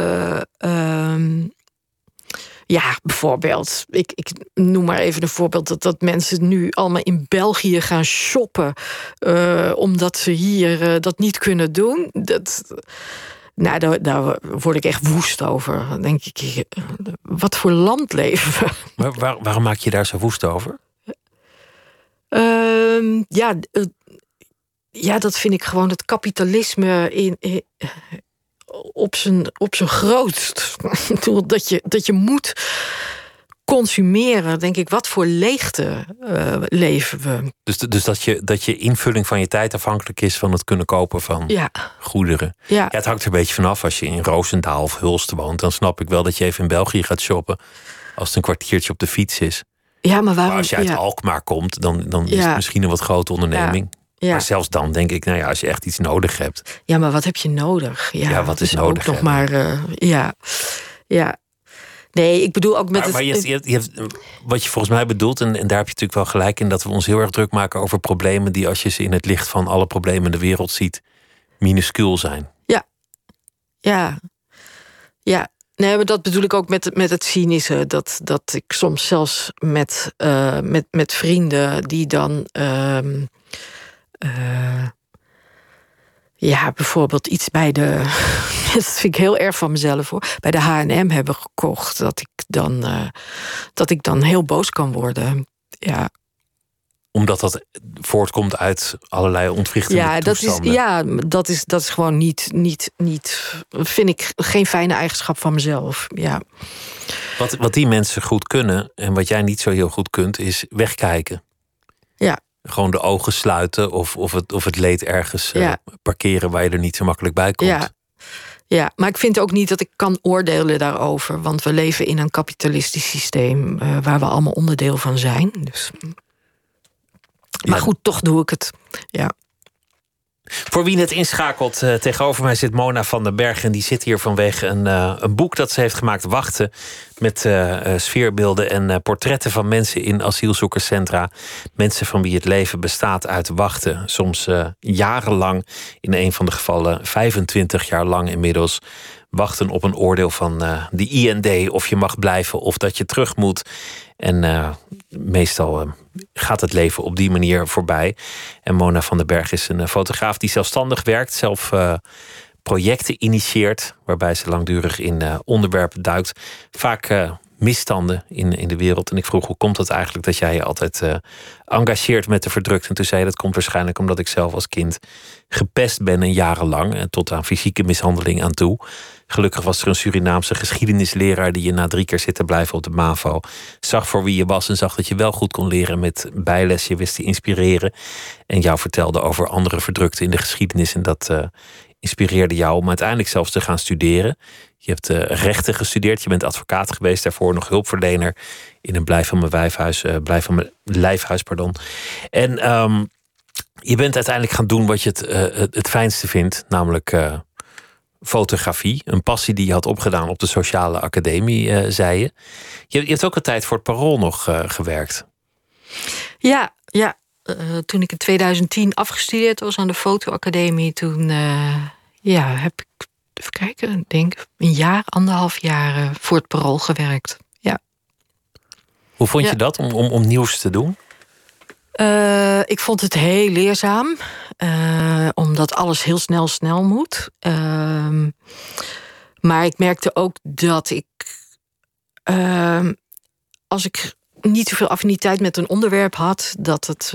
D: bijvoorbeeld. Ik noem maar even een voorbeeld dat mensen nu allemaal in België gaan shoppen. Omdat ze hier dat niet kunnen doen. Daar word ik echt woest over. Dan denk ik, wat voor land leven we?
C: Maar waarom maak je daar zo woest over?
D: Dat vind ik gewoon het kapitalisme op zijn grootst. Dat je moet consumeren, denk ik, wat voor leegte leven we.
C: Dus dat je invulling van je tijd afhankelijk is van het kunnen kopen van goederen.
D: Ja.
C: Het hangt er een beetje vanaf. Als je in Roosendaal of Hulst woont, dan snap ik wel dat je even in België gaat shoppen als het een kwartiertje op de fiets is.
D: Ja, maar waarom?
C: Maar als je uit Alkmaar komt, dan is het misschien een wat grote onderneming. Ja. Maar zelfs dan denk ik, als je echt iets nodig hebt.
D: Ja, maar wat heb je nodig? Ja,
C: wat is nodig?
D: Ook nog maar, ja. Nee, ik bedoel ook met
C: maar je hebt, wat je volgens mij bedoelt, en daar heb je natuurlijk wel gelijk in, dat we ons heel erg druk maken over problemen die, als je ze in het licht van alle problemen in de wereld ziet, minuscuul zijn.
D: Ja. Nee, maar dat bedoel ik ook met het cynische. Dat ik soms zelfs met vrienden die dan bijvoorbeeld iets bij de dat vind ik heel erg van mezelf hoor, bij de H&M hebben gekocht, dat ik dan heel boos kan worden. Ja.
C: Omdat dat voortkomt uit allerlei ontwrichtende toestanden.
D: Dat is gewoon niet vind ik geen fijne eigenschap van mezelf. Ja.
C: Wat die mensen goed kunnen en wat jij niet zo heel goed kunt, is wegkijken.
D: Ja.
C: Gewoon de ogen sluiten of het leed ergens parkeren waar je er niet zo makkelijk bij komt.
D: Ja, maar ik vind ook niet dat ik kan oordelen daarover. Want we leven in een kapitalistisch systeem waar we allemaal onderdeel van zijn. Dus. Maar goed, toch doe ik het. Ja.
C: Voor wie net inschakelt, tegenover mij zit Mona van den Berg. En die zit hier vanwege een boek dat ze heeft gemaakt, Wachten. Met sfeerbeelden en portretten van mensen in asielzoekerscentra. Mensen van wie het leven bestaat uit wachten. Soms jarenlang, in een van de gevallen 25 jaar lang inmiddels. Wachten op een oordeel van de IND. Of je mag blijven of dat je terug moet. En meestal gaat het leven op die manier voorbij. En Mona van den Berg is een fotograaf die zelfstandig werkt. Zelf projecten initieert. Waarbij ze langdurig in onderwerpen duikt. Vaak misstanden in de wereld. En ik vroeg, hoe komt het eigenlijk dat jij je altijd engageert met de verdrukte? En toen zei je, dat komt waarschijnlijk omdat ik zelf als kind gepest ben en jarenlang. En tot aan fysieke mishandeling aan toe. Gelukkig was er een Surinaamse geschiedenisleraar die je na 3 keer zitten blijven op de MAVO zag voor wie je was en zag dat je wel goed kon leren met bijles. Je wist te inspireren en jou vertelde over andere verdrukten in de geschiedenis. En dat inspireerde jou om uiteindelijk zelfs te gaan studeren. Je hebt rechten gestudeerd, je bent advocaat geweest, daarvoor nog hulpverlener in een blijf van mijn lijfhuis. En je bent uiteindelijk gaan doen wat je het fijnste vindt, namelijk fotografie. Een passie die je had opgedaan op de Sociale Academie, zei je. Je hebt ook een tijd voor het Parool nog gewerkt.
D: Ja. Toen ik in 2010 afgestudeerd was aan de Fotoacademie, toen heb ik, even kijken, denk een 1,5 jaar voor het Parool gewerkt. Ja.
C: Hoe vond je dat om nieuws te doen?
D: Ik vond het heel leerzaam. Omdat alles heel snel moet. Maar ik merkte ook dat ik als ik niet zoveel affiniteit met een onderwerp had, dat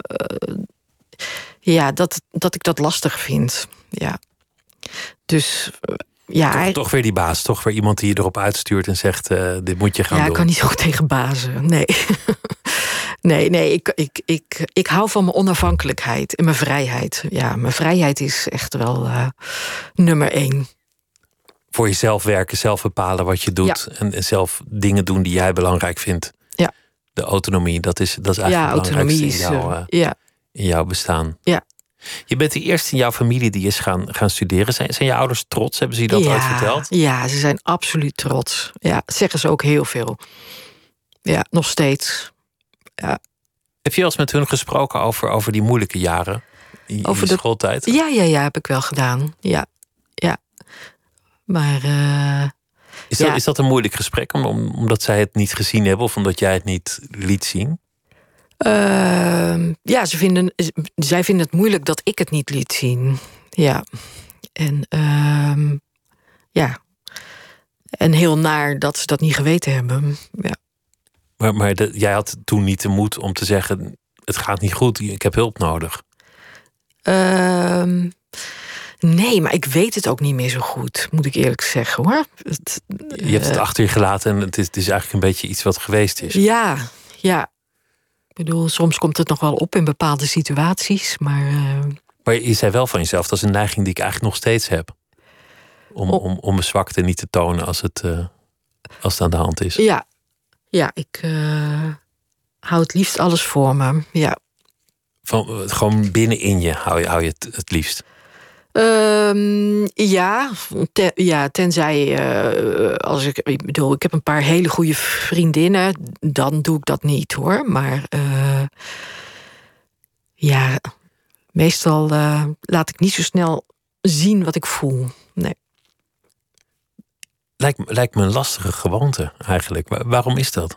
D: ik dat lastig vind. Ja. Dus
C: toch weer die baas, toch weer iemand die je erop uitstuurt en zegt, dit moet je gaan doen.
D: Ja, ik kan niet zo goed tegen bazen. Nee. Nee, ik hou van mijn onafhankelijkheid en mijn vrijheid. Ja, mijn vrijheid is echt wel nummer 1.
C: Voor jezelf werken, zelf bepalen wat je doet. Ja. En zelf dingen doen die jij belangrijk vindt.
D: Ja.
C: De autonomie, dat is eigenlijk het belangrijkste in jouw bestaan.
D: Ja.
C: Je bent de eerste in jouw familie die is gaan studeren. Zijn je ouders trots? Hebben ze je dat ooit verteld?
D: Ja, ze zijn absoluut trots. Ja, dat zeggen ze ook heel veel. Ja, nog steeds. Ja.
C: Heb je al eens met hun gesproken over die moeilijke jaren in de schooltijd?
D: Ja, heb ik wel gedaan. Ja. Maar
C: is dat een moeilijk gesprek omdat zij het niet gezien hebben of omdat jij het niet liet zien?
D: Zij vinden het moeilijk dat ik het niet liet zien. Ja. En en heel naar dat ze dat niet geweten hebben. Ja.
C: Maar jij had toen niet de moed om te zeggen, het gaat niet goed, ik heb hulp nodig.
D: Nee, maar ik weet het ook niet meer zo goed, moet ik eerlijk zeggen, hoor.
C: Je hebt het achter je gelaten en het is eigenlijk een beetje iets wat geweest is.
D: Ja. Ik bedoel, soms komt het nog wel op in bepaalde situaties, maar...
C: Maar je zei wel van jezelf, dat is een neiging die ik eigenlijk nog steeds heb. Om mijn zwakte niet te tonen als het aan de hand is.
D: Ja, ik hou het liefst alles voor me, ja.
C: Gewoon binnenin je hou je het liefst?
D: Tenzij ik bedoel, ik heb een paar hele goede vriendinnen, dan doe ik dat niet, hoor. Maar meestal laat ik niet zo snel zien wat ik voel. Nee.
C: Lijkt me een lastige gewoonte eigenlijk. Waarom is dat?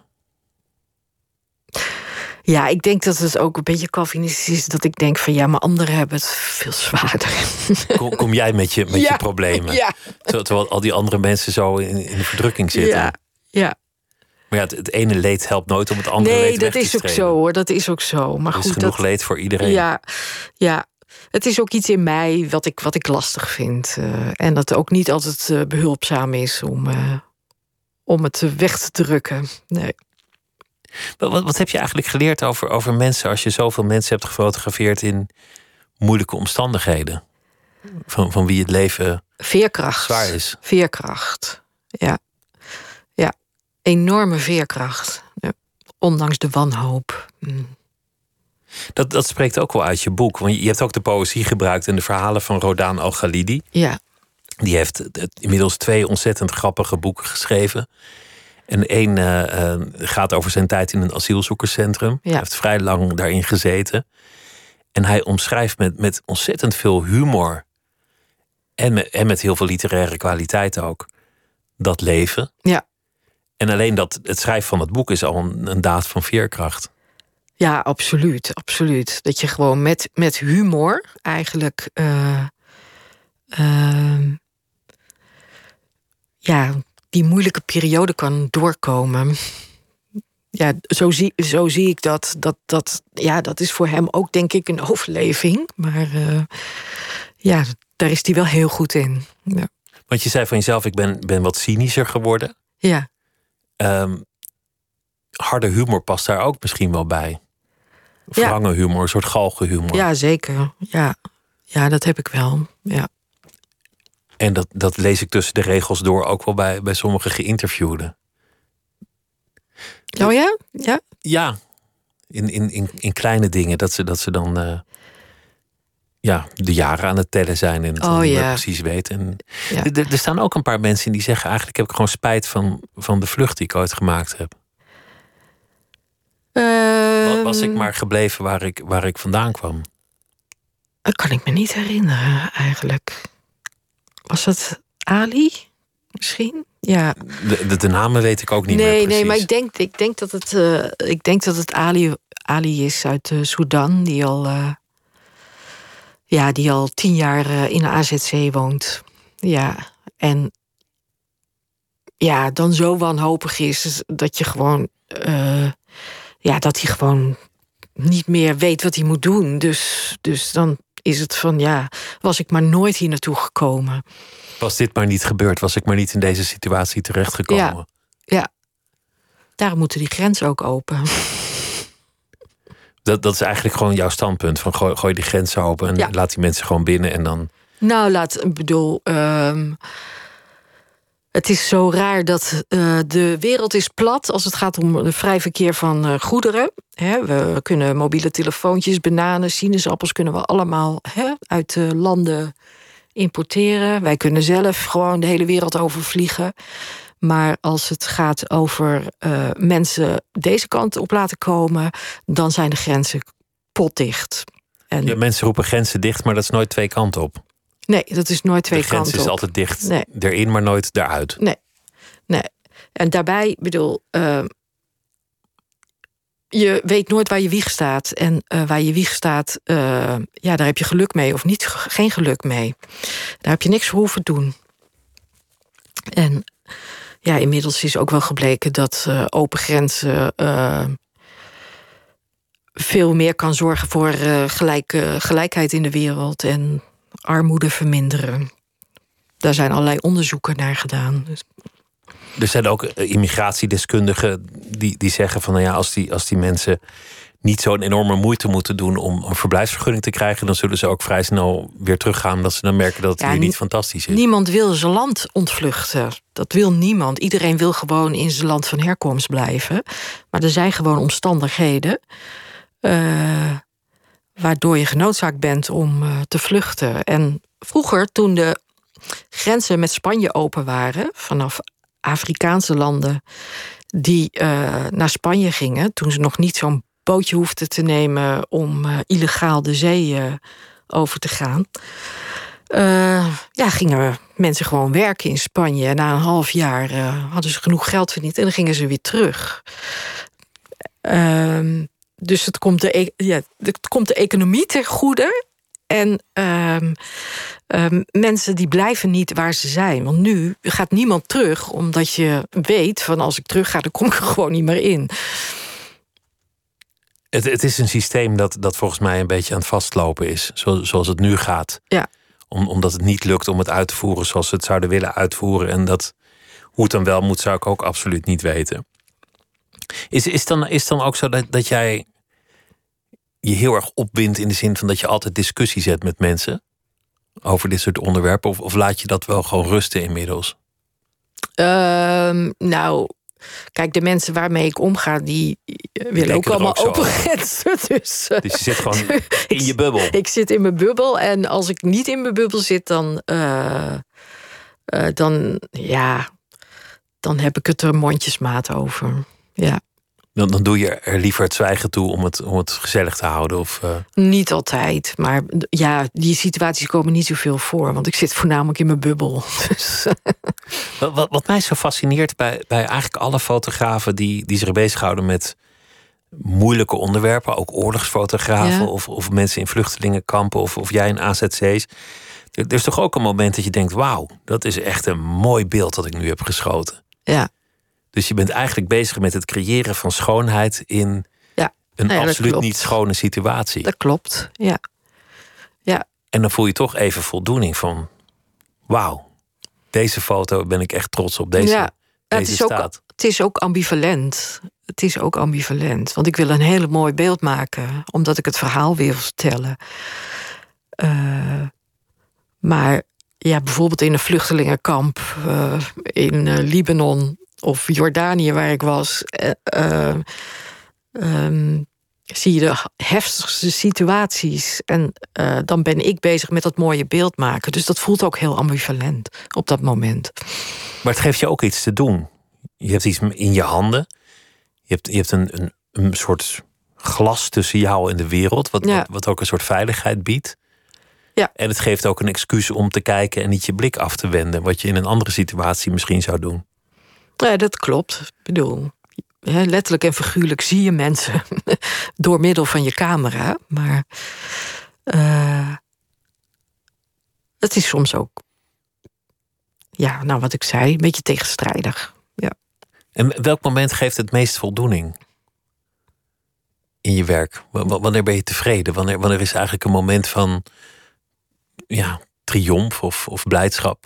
D: Ja, ik denk dat het ook een beetje Calvinistisch is. Dat ik denk van maar anderen hebben het veel zwaarder.
C: Kom jij met je problemen?
D: Ja.
C: Terwijl al die andere mensen zo in de verdrukking zitten.
D: Ja.
C: Maar het ene leed helpt nooit om het andere leed weg te
D: streven. Nee, dat is ook zo, hoor. Dat is ook zo. Maar
C: er is
D: goed,
C: genoeg leed voor iedereen.
D: Ja. Het is ook iets in mij wat ik lastig vind. En dat ook niet altijd behulpzaam is om het weg te drukken. Nee.
C: Wat heb je eigenlijk geleerd over mensen als je zoveel mensen hebt gefotografeerd in moeilijke omstandigheden? Van wie het leven zwaar is.
D: Veerkracht. Ja. Enorme veerkracht. Ja. Ondanks de wanhoop.
C: Dat spreekt ook wel uit je boek. Want je hebt ook de poëzie gebruikt en de verhalen van Rodaan Al-Khalidi.
D: Ja.
C: Die heeft inmiddels 2 ontzettend grappige boeken geschreven. En één gaat over zijn tijd in een asielzoekerscentrum.
D: Ja.
C: Hij heeft vrij lang daarin gezeten. En hij omschrijft met ontzettend veel humor. En met heel veel literaire kwaliteit ook. Dat leven.
D: Ja.
C: En alleen het schrijven van het boek is al een daad van veerkracht.
D: Ja, absoluut. Absoluut. Dat je gewoon met humor eigenlijk... die moeilijke periode kan doorkomen. Ja, zo zie ik dat. Dat is voor hem ook, denk ik, een overleving. Maar daar is hij wel heel goed in. Ja.
C: Want je zei van jezelf, ik ben wat cynischer geworden.
D: Ja.
C: Harde humor past daar ook misschien wel bij. Wrange humor, een soort galgenhumor.
D: Ja, zeker. Ja, dat heb ik wel. Ja.
C: En dat lees ik tussen de regels door ook wel bij sommige geïnterviewden.
D: Oh ja? Ja?
C: Ja, in kleine dingen. Dat ze dan de jaren aan het tellen zijn en het niet meer precies weten. En er staan ook een paar mensen die zeggen, eigenlijk heb ik gewoon spijt van de vlucht die ik ooit gemaakt heb. Was ik maar gebleven waar ik vandaan kwam?
D: Dat kan ik me niet herinneren, eigenlijk. Was het Ali? Misschien? Ja.
C: De namen weet ik ook niet meer precies.
D: Nee, maar ik denk dat het Ali is uit Sudan, die al 10 jaar in de AZC woont. Ja, en dan zo wanhopig is dat je gewoon... dat hij gewoon niet meer weet wat hij moet doen. Dus dan is het van, was ik maar nooit hier naartoe gekomen.
C: Was dit maar niet gebeurd, was ik maar niet in deze situatie terechtgekomen.
D: Ja. Daarom moeten die grenzen ook open.
C: Dat is eigenlijk gewoon jouw standpunt. Van gooi die grenzen open en laat die mensen gewoon binnen en dan...
D: Nou, het is zo raar dat de wereld is plat als het gaat om het vrij verkeer van goederen. We kunnen mobiele telefoontjes, bananen, sinaasappels kunnen we allemaal uit landen importeren. Wij kunnen zelf gewoon de hele wereld overvliegen. Maar als het gaat over mensen deze kant op laten komen, dan zijn de grenzen potdicht. En
C: mensen roepen grenzen dicht, maar dat is nooit 2 kanten op.
D: Nee, dat is nooit 2 kanten op.
C: De grens is altijd dicht erin, maar nooit eruit.
D: Nee. En daarbij, je weet nooit waar je wieg staat. En waar je wieg staat, daar heb je geluk mee of geen geluk mee. Daar heb je niks voor hoeven doen. En inmiddels is ook wel gebleken dat open grenzen veel meer kan zorgen voor gelijkheid in de wereld. En armoede verminderen. Daar zijn allerlei onderzoeken naar gedaan. Dus
C: er zijn ook immigratiedeskundigen die zeggen van... nou ja, als die mensen niet zo'n enorme moeite moeten doen om een verblijfsvergunning te krijgen... dan zullen ze ook vrij snel weer teruggaan... omdat ze dan merken dat het hier niet fantastisch is.
D: Niemand wil zijn land ontvluchten. Dat wil niemand. Iedereen wil gewoon in zijn land van herkomst blijven. Maar er zijn gewoon omstandigheden... waardoor je genoodzaakt bent om te vluchten. En vroeger, toen de grenzen met Spanje open waren... vanaf Afrikaanse landen die naar Spanje gingen... toen ze nog niet zo'n bootje hoefden te nemen... om illegaal de zee over te gaan... gingen mensen gewoon werken in Spanje. En na een half jaar hadden ze genoeg geld verdiend... en dan gingen ze weer terug. Dus het komt de economie ten goede... En mensen die blijven niet waar ze zijn. Want nu gaat niemand terug, omdat je weet... van als ik terug ga, dan kom ik er gewoon niet meer in.
C: Het is een systeem dat volgens mij een beetje aan het vastlopen is. Zoals het nu gaat. Ja. Omdat het niet lukt om het uit te voeren zoals ze het zouden willen uitvoeren. En hoe het dan wel moet, zou ik ook absoluut niet weten. Is dan ook zo dat jij je heel erg opwindt... in de zin van dat je altijd discussie zet met mensen... over dit soort onderwerpen? Of laat je dat wel gewoon rusten inmiddels?
D: Nou, kijk, de mensen waarmee ik omga... die willen ook allemaal open grenzen. Dus
C: je zit gewoon in je bubbel? Ik
D: zit in mijn bubbel. En als ik niet in mijn bubbel zit, dan heb ik het er mondjesmaat over. Ja.
C: Dan doe je er liever het zwijgen toe om het gezellig te houden? Of,
D: Niet altijd, maar ja, die situaties komen niet zoveel voor. Want ik zit voornamelijk in mijn bubbel. Dus.
C: Wat mij zo fascineert bij eigenlijk alle fotografen... die zich bezighouden met moeilijke onderwerpen... ook oorlogsfotografen of mensen in vluchtelingenkampen... of jij in AZC's. Er is toch ook een moment dat je denkt... wauw, dat is echt een mooi beeld dat ik nu heb geschoten. Ja. Dus je bent eigenlijk bezig met het creëren van schoonheid... in een absoluut niet schone situatie.
D: Dat klopt, ja.
C: En dan voel je toch even voldoening van... wauw, deze foto ben ik echt trots op, deze staat.
D: Het is ook ambivalent. Het is ook ambivalent. Want ik wil een hele mooi beeld maken... omdat ik het verhaal wil vertellen. Maar ja, bijvoorbeeld in een vluchtelingenkamp... in Libanon... of Jordanië, waar ik was... zie je de heftigste situaties. En dan ben ik bezig met dat mooie beeld maken. Dus dat voelt ook heel ambivalent op dat moment.
C: Maar het geeft je ook iets te doen. Je hebt iets in je handen. Je hebt een soort glas tussen jou en de wereld... wat ook een soort veiligheid biedt. Ja. En het geeft ook een excuus om te kijken... en niet je blik af te wenden... wat je in een andere situatie misschien zou doen.
D: Ja, dat klopt. Ik bedoel, letterlijk en figuurlijk zie je mensen... door middel van je camera. Maar het is soms ook... ja, nou wat ik zei, een beetje tegenstrijdig. Ja.
C: En welk moment geeft het meest voldoening in je werk? Wanneer ben je tevreden? Wanneer is eigenlijk een moment van triomf of blijdschap?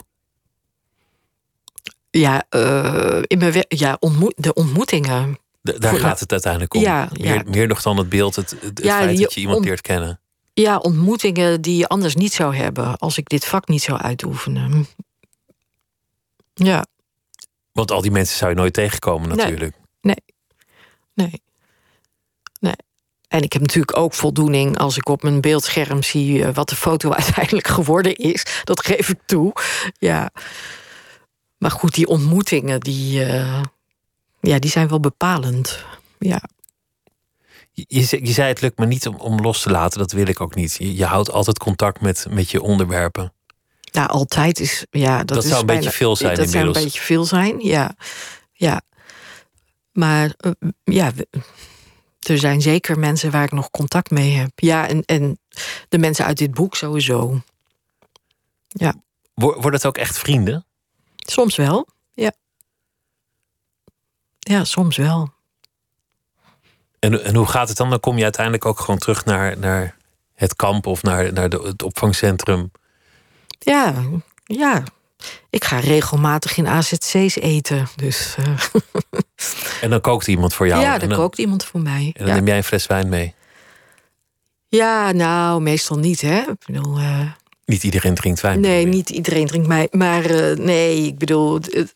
C: Ja,
D: in mijn de ontmoetingen.
C: Daar gaat het uiteindelijk om. Meer nog dan het beeld, het feit dat je iemand leert kennen.
D: Ja, ontmoetingen die je anders niet zou hebben... als ik dit vak niet zou uitoefenen. Ja.
C: Want al die mensen zou je nooit tegenkomen natuurlijk.
D: Nee. En ik heb natuurlijk ook voldoening als ik op mijn beeldscherm zie... wat de foto uiteindelijk geworden is. Dat geef ik toe, ja. Maar goed, die ontmoetingen, die zijn wel bepalend. Ja.
C: Je zei het lukt me niet om los te laten, dat wil ik ook niet. Je houdt altijd contact met je onderwerpen.
D: Ja, altijd is... Ja, dat
C: zou een beetje veel zijn inmiddels.
D: Dat zou een beetje veel zijn, ja. Maar er zijn zeker mensen waar ik nog contact mee heb. Ja, en de mensen uit dit boek sowieso. Ja.
C: Wordt het ook echt vrienden?
D: Soms wel, ja. Ja, soms wel.
C: En hoe gaat het dan? Dan kom je uiteindelijk ook gewoon terug naar het kamp... of naar het opvangcentrum
D: Ja. Ik ga regelmatig in AZC's eten. Dus,
C: En dan kookt iemand voor jou?
D: Ja, dan kookt iemand voor mij.
C: En dan neem jij een fles wijn mee?
D: Ja, nou, meestal niet, hè. Ik bedoel...
C: Niet iedereen drinkt wijn?
D: Nee, niet iedereen drinkt mij. Maar nee, ik bedoel...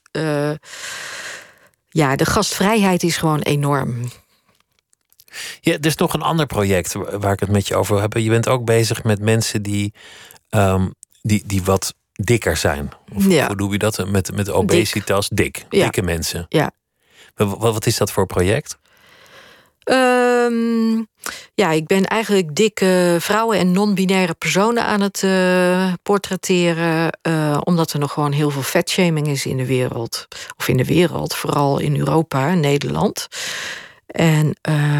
D: ja, de gastvrijheid is gewoon enorm.
C: Ja, er is nog een ander project waar ik het met je over wil hebben. Je bent ook bezig met mensen die wat dikker zijn. Of
D: Ja.
C: hoe doe je dat? Met obesitas, dik.
D: Ja.
C: Dikke mensen.
D: Ja.
C: Wat is dat voor project?
D: Ja, ik ben eigenlijk dikke vrouwen en non-binaire personen aan het portretteren. Omdat er nog gewoon heel veel fatshaming is in de wereld. Of in de wereld, vooral in Europa, Nederland. En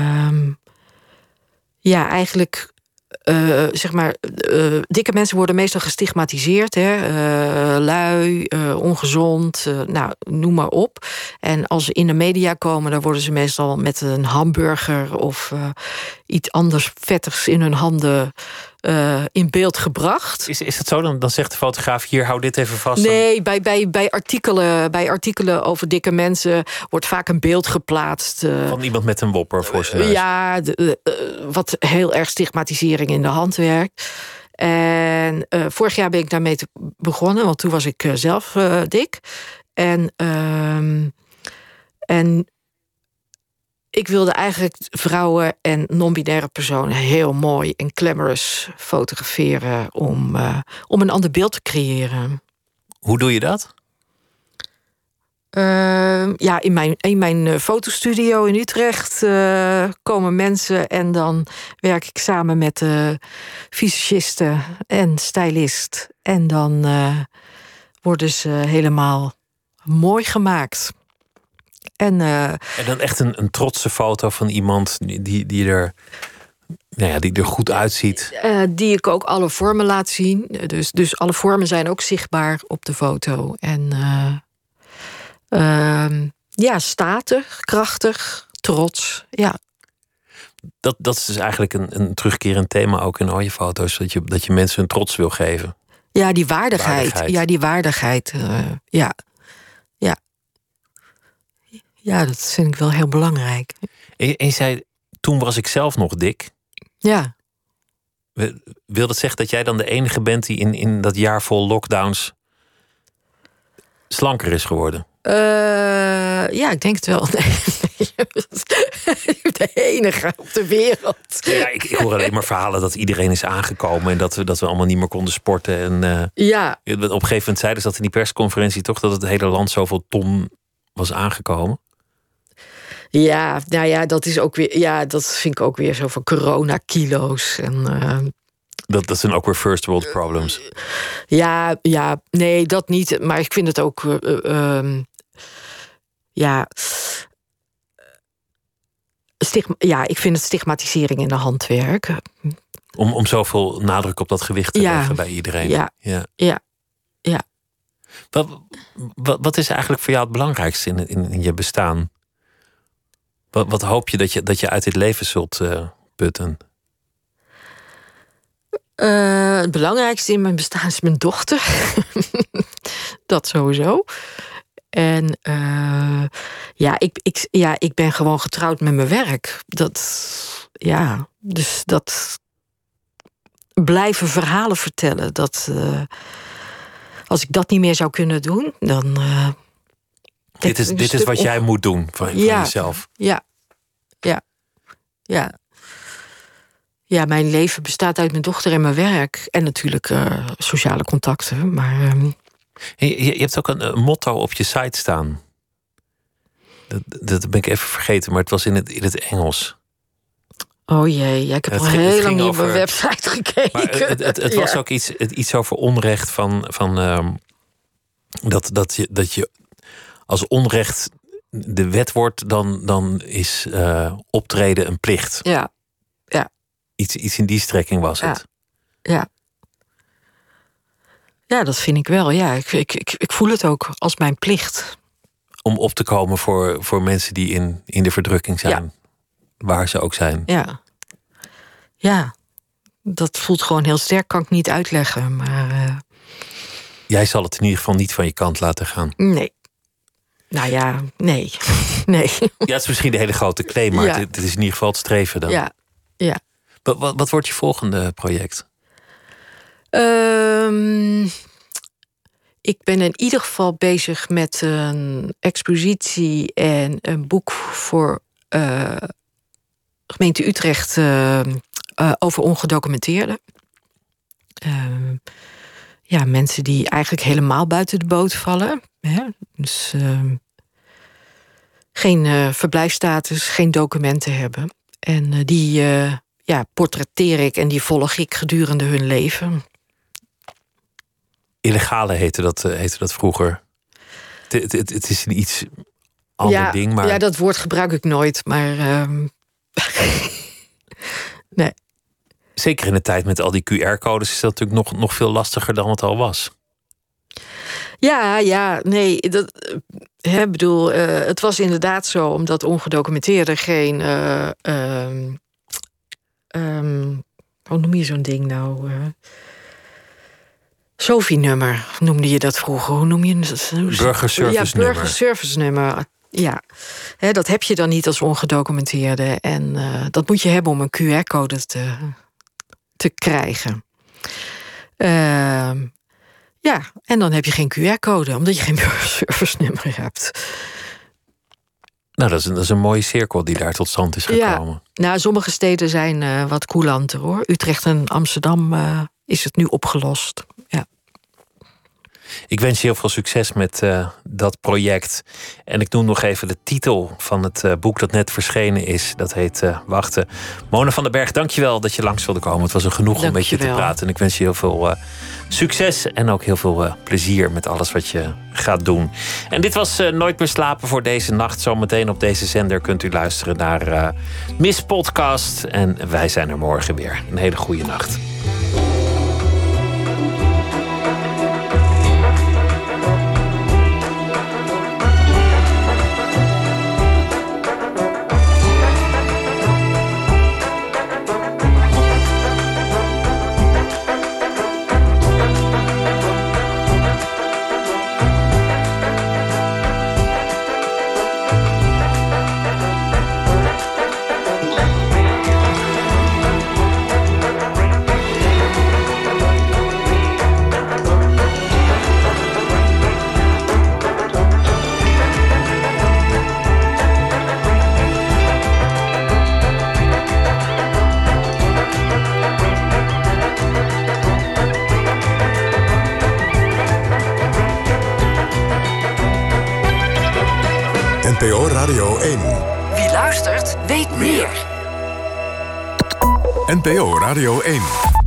D: ja, eigenlijk... zeg maar, dikke mensen worden meestal gestigmatiseerd. Hè? Lui, ongezond, nou, noem maar op. En als ze in de media komen, dan worden ze meestal met een hamburger of iets anders vettigs in hun handen in beeld gebracht.
C: Is het zo? Dan zegt de fotograaf, hier, hou dit even vast.
D: Nee, bij artikelen over dikke mensen wordt vaak een beeld geplaatst.
C: Van iemand met een wopper voor zijn neus.
D: Ja, wat heel erg stigmatisering in de hand werkt. En vorig jaar ben ik daarmee begonnen, want toen was ik zelf dik. En ik wilde eigenlijk vrouwen en non-binaire personen heel mooi en glamorous fotograferen om een ander beeld te creëren.
C: Hoe doe je dat?
D: Ja, in mijn fotostudio in Utrecht komen mensen en dan werk ik samen met visagisten en stylist. En dan worden ze helemaal mooi gemaakt. En
C: dan echt een trotse foto van iemand die er goed uitziet.
D: Die ik ook alle vormen laat zien. Dus alle vormen zijn ook zichtbaar op de foto. En ja, statig, krachtig, trots. Ja.
C: Dat is dus eigenlijk een terugkerend thema ook in al je foto's. Dat je mensen hun trots wil geven.
D: Ja, die waardigheid. Ja, die waardigheid. Ja. Ja, dat vind ik wel heel belangrijk.
C: En je zei, toen was ik zelf nog dik.
D: Ja.
C: Wil dat zeggen dat jij dan de enige bent die in dat jaar vol lockdowns slanker is geworden?
D: Ja, ik denk het wel. Nee. De enige op de wereld.
C: Ja, ik hoor alleen maar verhalen dat iedereen is aangekomen en dat we allemaal niet meer konden sporten. En
D: ja.
C: Op een gegeven moment zeiden ze dat in die persconferentie toch, dat het hele land zoveel ton was aangekomen.
D: Ja, nou ja, dat is ook weer. Ja, dat vind ik ook weer zo van corona-kilo's. En
C: dat zijn ook weer first world problems.
D: Ja, nee, dat niet. Maar ik vind het ook. Ik vind het stigmatisering in de hand werken.
C: Om zoveel nadruk op dat gewicht te leggen bij iedereen.
D: Ja.
C: Wat is eigenlijk voor jou het belangrijkste in je bestaan? Wat hoop je dat je uit dit leven zult putten?
D: Het belangrijkste in mijn bestaan is mijn dochter. Dat sowieso. En ik ben gewoon getrouwd met mijn werk. Dus dat blijven verhalen vertellen. Dat als ik dat niet meer zou kunnen doen, dan.
C: Dit is wat jij moet doen van jezelf.
D: Ja, mijn leven bestaat uit mijn dochter en mijn werk. En natuurlijk sociale contacten. Maar
C: je hebt ook een motto op je site staan. Dat ben ik even vergeten, maar het was in het Engels.
D: Oh jee, ik heb al heel lang niet op mijn website gekeken.
C: Maar het was ook iets over onrecht van dat je als onrecht de wet wordt, dan is optreden een plicht.
D: Ja.
C: Iets in die strekking was het.
D: Ja, dat vind ik wel. Ja, ik voel het ook als mijn plicht.
C: Om op te komen voor mensen die in de verdrukking zijn. Ja. Waar ze ook zijn.
D: Ja, dat voelt gewoon heel sterk. Kan ik niet uitleggen. Maar
C: Jij zal het in ieder geval niet van je kant laten gaan.
D: Nee. Nou ja, nee. Nee.
C: Ja, het is misschien de hele grote claim, maar het is in ieder geval het streven dan.
D: Ja.
C: Wat wordt je volgende project?
D: Ik ben in ieder geval bezig met een expositie en een boek voor gemeente Utrecht over ongedocumenteerden. Mensen die eigenlijk helemaal buiten de boot vallen. Hè? Dus geen verblijfsstatus, geen documenten hebben. En die portretteer ik en die volg ik gedurende hun leven.
C: Illegale heette dat vroeger. Het is een iets ander ding. Maar...
D: Ja, dat woord gebruik ik nooit, maar... nee.
C: Zeker in de tijd met al die QR-codes is dat natuurlijk nog veel lastiger dan het al was. Het was inderdaad zo, omdat ongedocumenteerden geen... hoe noem je zo'n ding nou? SOFI-nummer noemde je dat vroeger. Hoe noem je het? Burgerservice-nummer.
D: Ja, burgerservice-nummer. Ja, dat heb je dan niet als ongedocumenteerde. En dat moet je hebben om een QR-code te krijgen. En dan heb je geen QR-code, omdat je geen burgerservice-nummer hebt.
C: Nou, dat is een mooie cirkel die daar tot stand is gekomen.
D: Nou, sommige steden zijn wat coulanter, hoor. Utrecht en Amsterdam is het nu opgelost. Ja.
C: Ik wens je heel veel succes met dat project. En ik noem nog even de titel van het boek dat net verschenen is. Dat heet Wachten. Mona van den Berg, dankjewel dat je langs wilde komen. Het was een genoeg om met je te praten. En ik wens je heel veel succes en ook heel veel plezier met alles wat je gaat doen. En dit was Nooit meer slapen voor deze nacht. Zometeen op deze zender kunt u luisteren naar Miss Podcast. En wij zijn er morgen weer. Een hele goede nacht.
B: NPO Radio 1.
A: Wie luistert, weet meer.
B: NPO Radio 1.